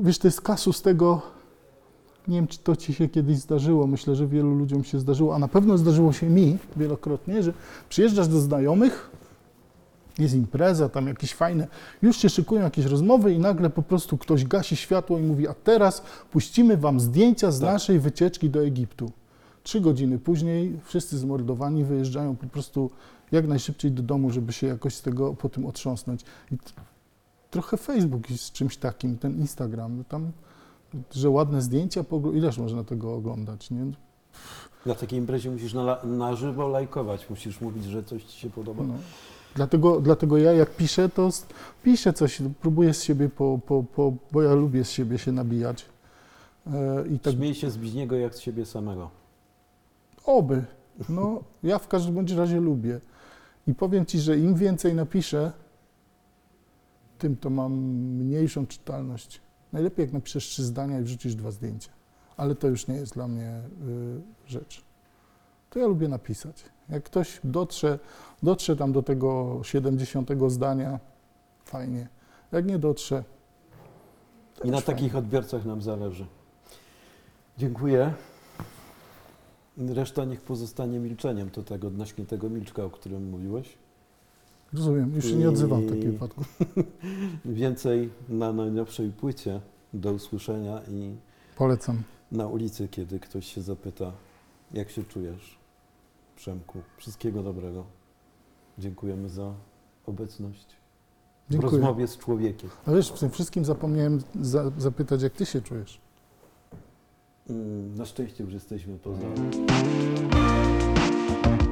Speaker 2: wiesz, to jest kasus tego, nie wiem, czy to ci się kiedyś zdarzyło, myślę, że wielu ludziom się zdarzyło, a na pewno zdarzyło się mi wielokrotnie, że przyjeżdżasz do znajomych, jest impreza, tam jakieś fajne, już się szykują jakieś rozmowy i nagle po prostu ktoś gasi światło i mówi, a teraz puścimy wam zdjęcia z
Speaker 1: Tak.
Speaker 2: naszej wycieczki do Egiptu. 3 godziny później wszyscy zmordowani wyjeżdżają po prostu jak najszybciej do domu, żeby się jakoś z tego po tym otrząsnąć. I trochę Facebook jest czymś takim, ten Instagram, no tam, że ładne zdjęcia, ileż można tego oglądać, nie?
Speaker 1: Na takiej imprezie musisz na żywo lajkować, musisz mówić, że coś ci się podoba.
Speaker 2: No. Dlatego ja jak piszę, to piszę coś, próbuję z siebie, bo ja lubię z siebie się nabijać. I tak
Speaker 1: Śmiej się z bliźniego jak z siebie samego.
Speaker 2: oby. No, ja w każdym bądź razie lubię. I powiem Ci, że im więcej napiszę, tym to mam mniejszą czytalność. Najlepiej jak napiszesz 3 zdania i wrzucisz 2 zdjęcia. Ale to już nie jest dla mnie rzecz. To ja lubię napisać. Jak ktoś dotrze tam do tego 70 zdania, fajnie. Jak nie dotrze, to
Speaker 1: I na
Speaker 2: już fajnie.
Speaker 1: takich odbiorcach nam zależy. Dziękuję. Reszta niech pozostanie milczeniem, to tak odnośnie tego milczka, o którym mówiłeś.
Speaker 2: Rozumiem, już się nie odzywam w takim wypadku.
Speaker 1: Więcej na najnowszej płycie. Do usłyszenia i
Speaker 2: Polecam.
Speaker 1: na ulicy, kiedy ktoś się zapyta, jak się czujesz, Przemku. Wszystkiego dobrego. Dziękujemy za obecność w
Speaker 2: Dziękuję.
Speaker 1: rozmowie z człowiekiem.
Speaker 2: A wiesz, w tym wszystkim zapomniałem zapytać, jak Ty się czujesz.
Speaker 1: Na szczęście już jesteśmy poza.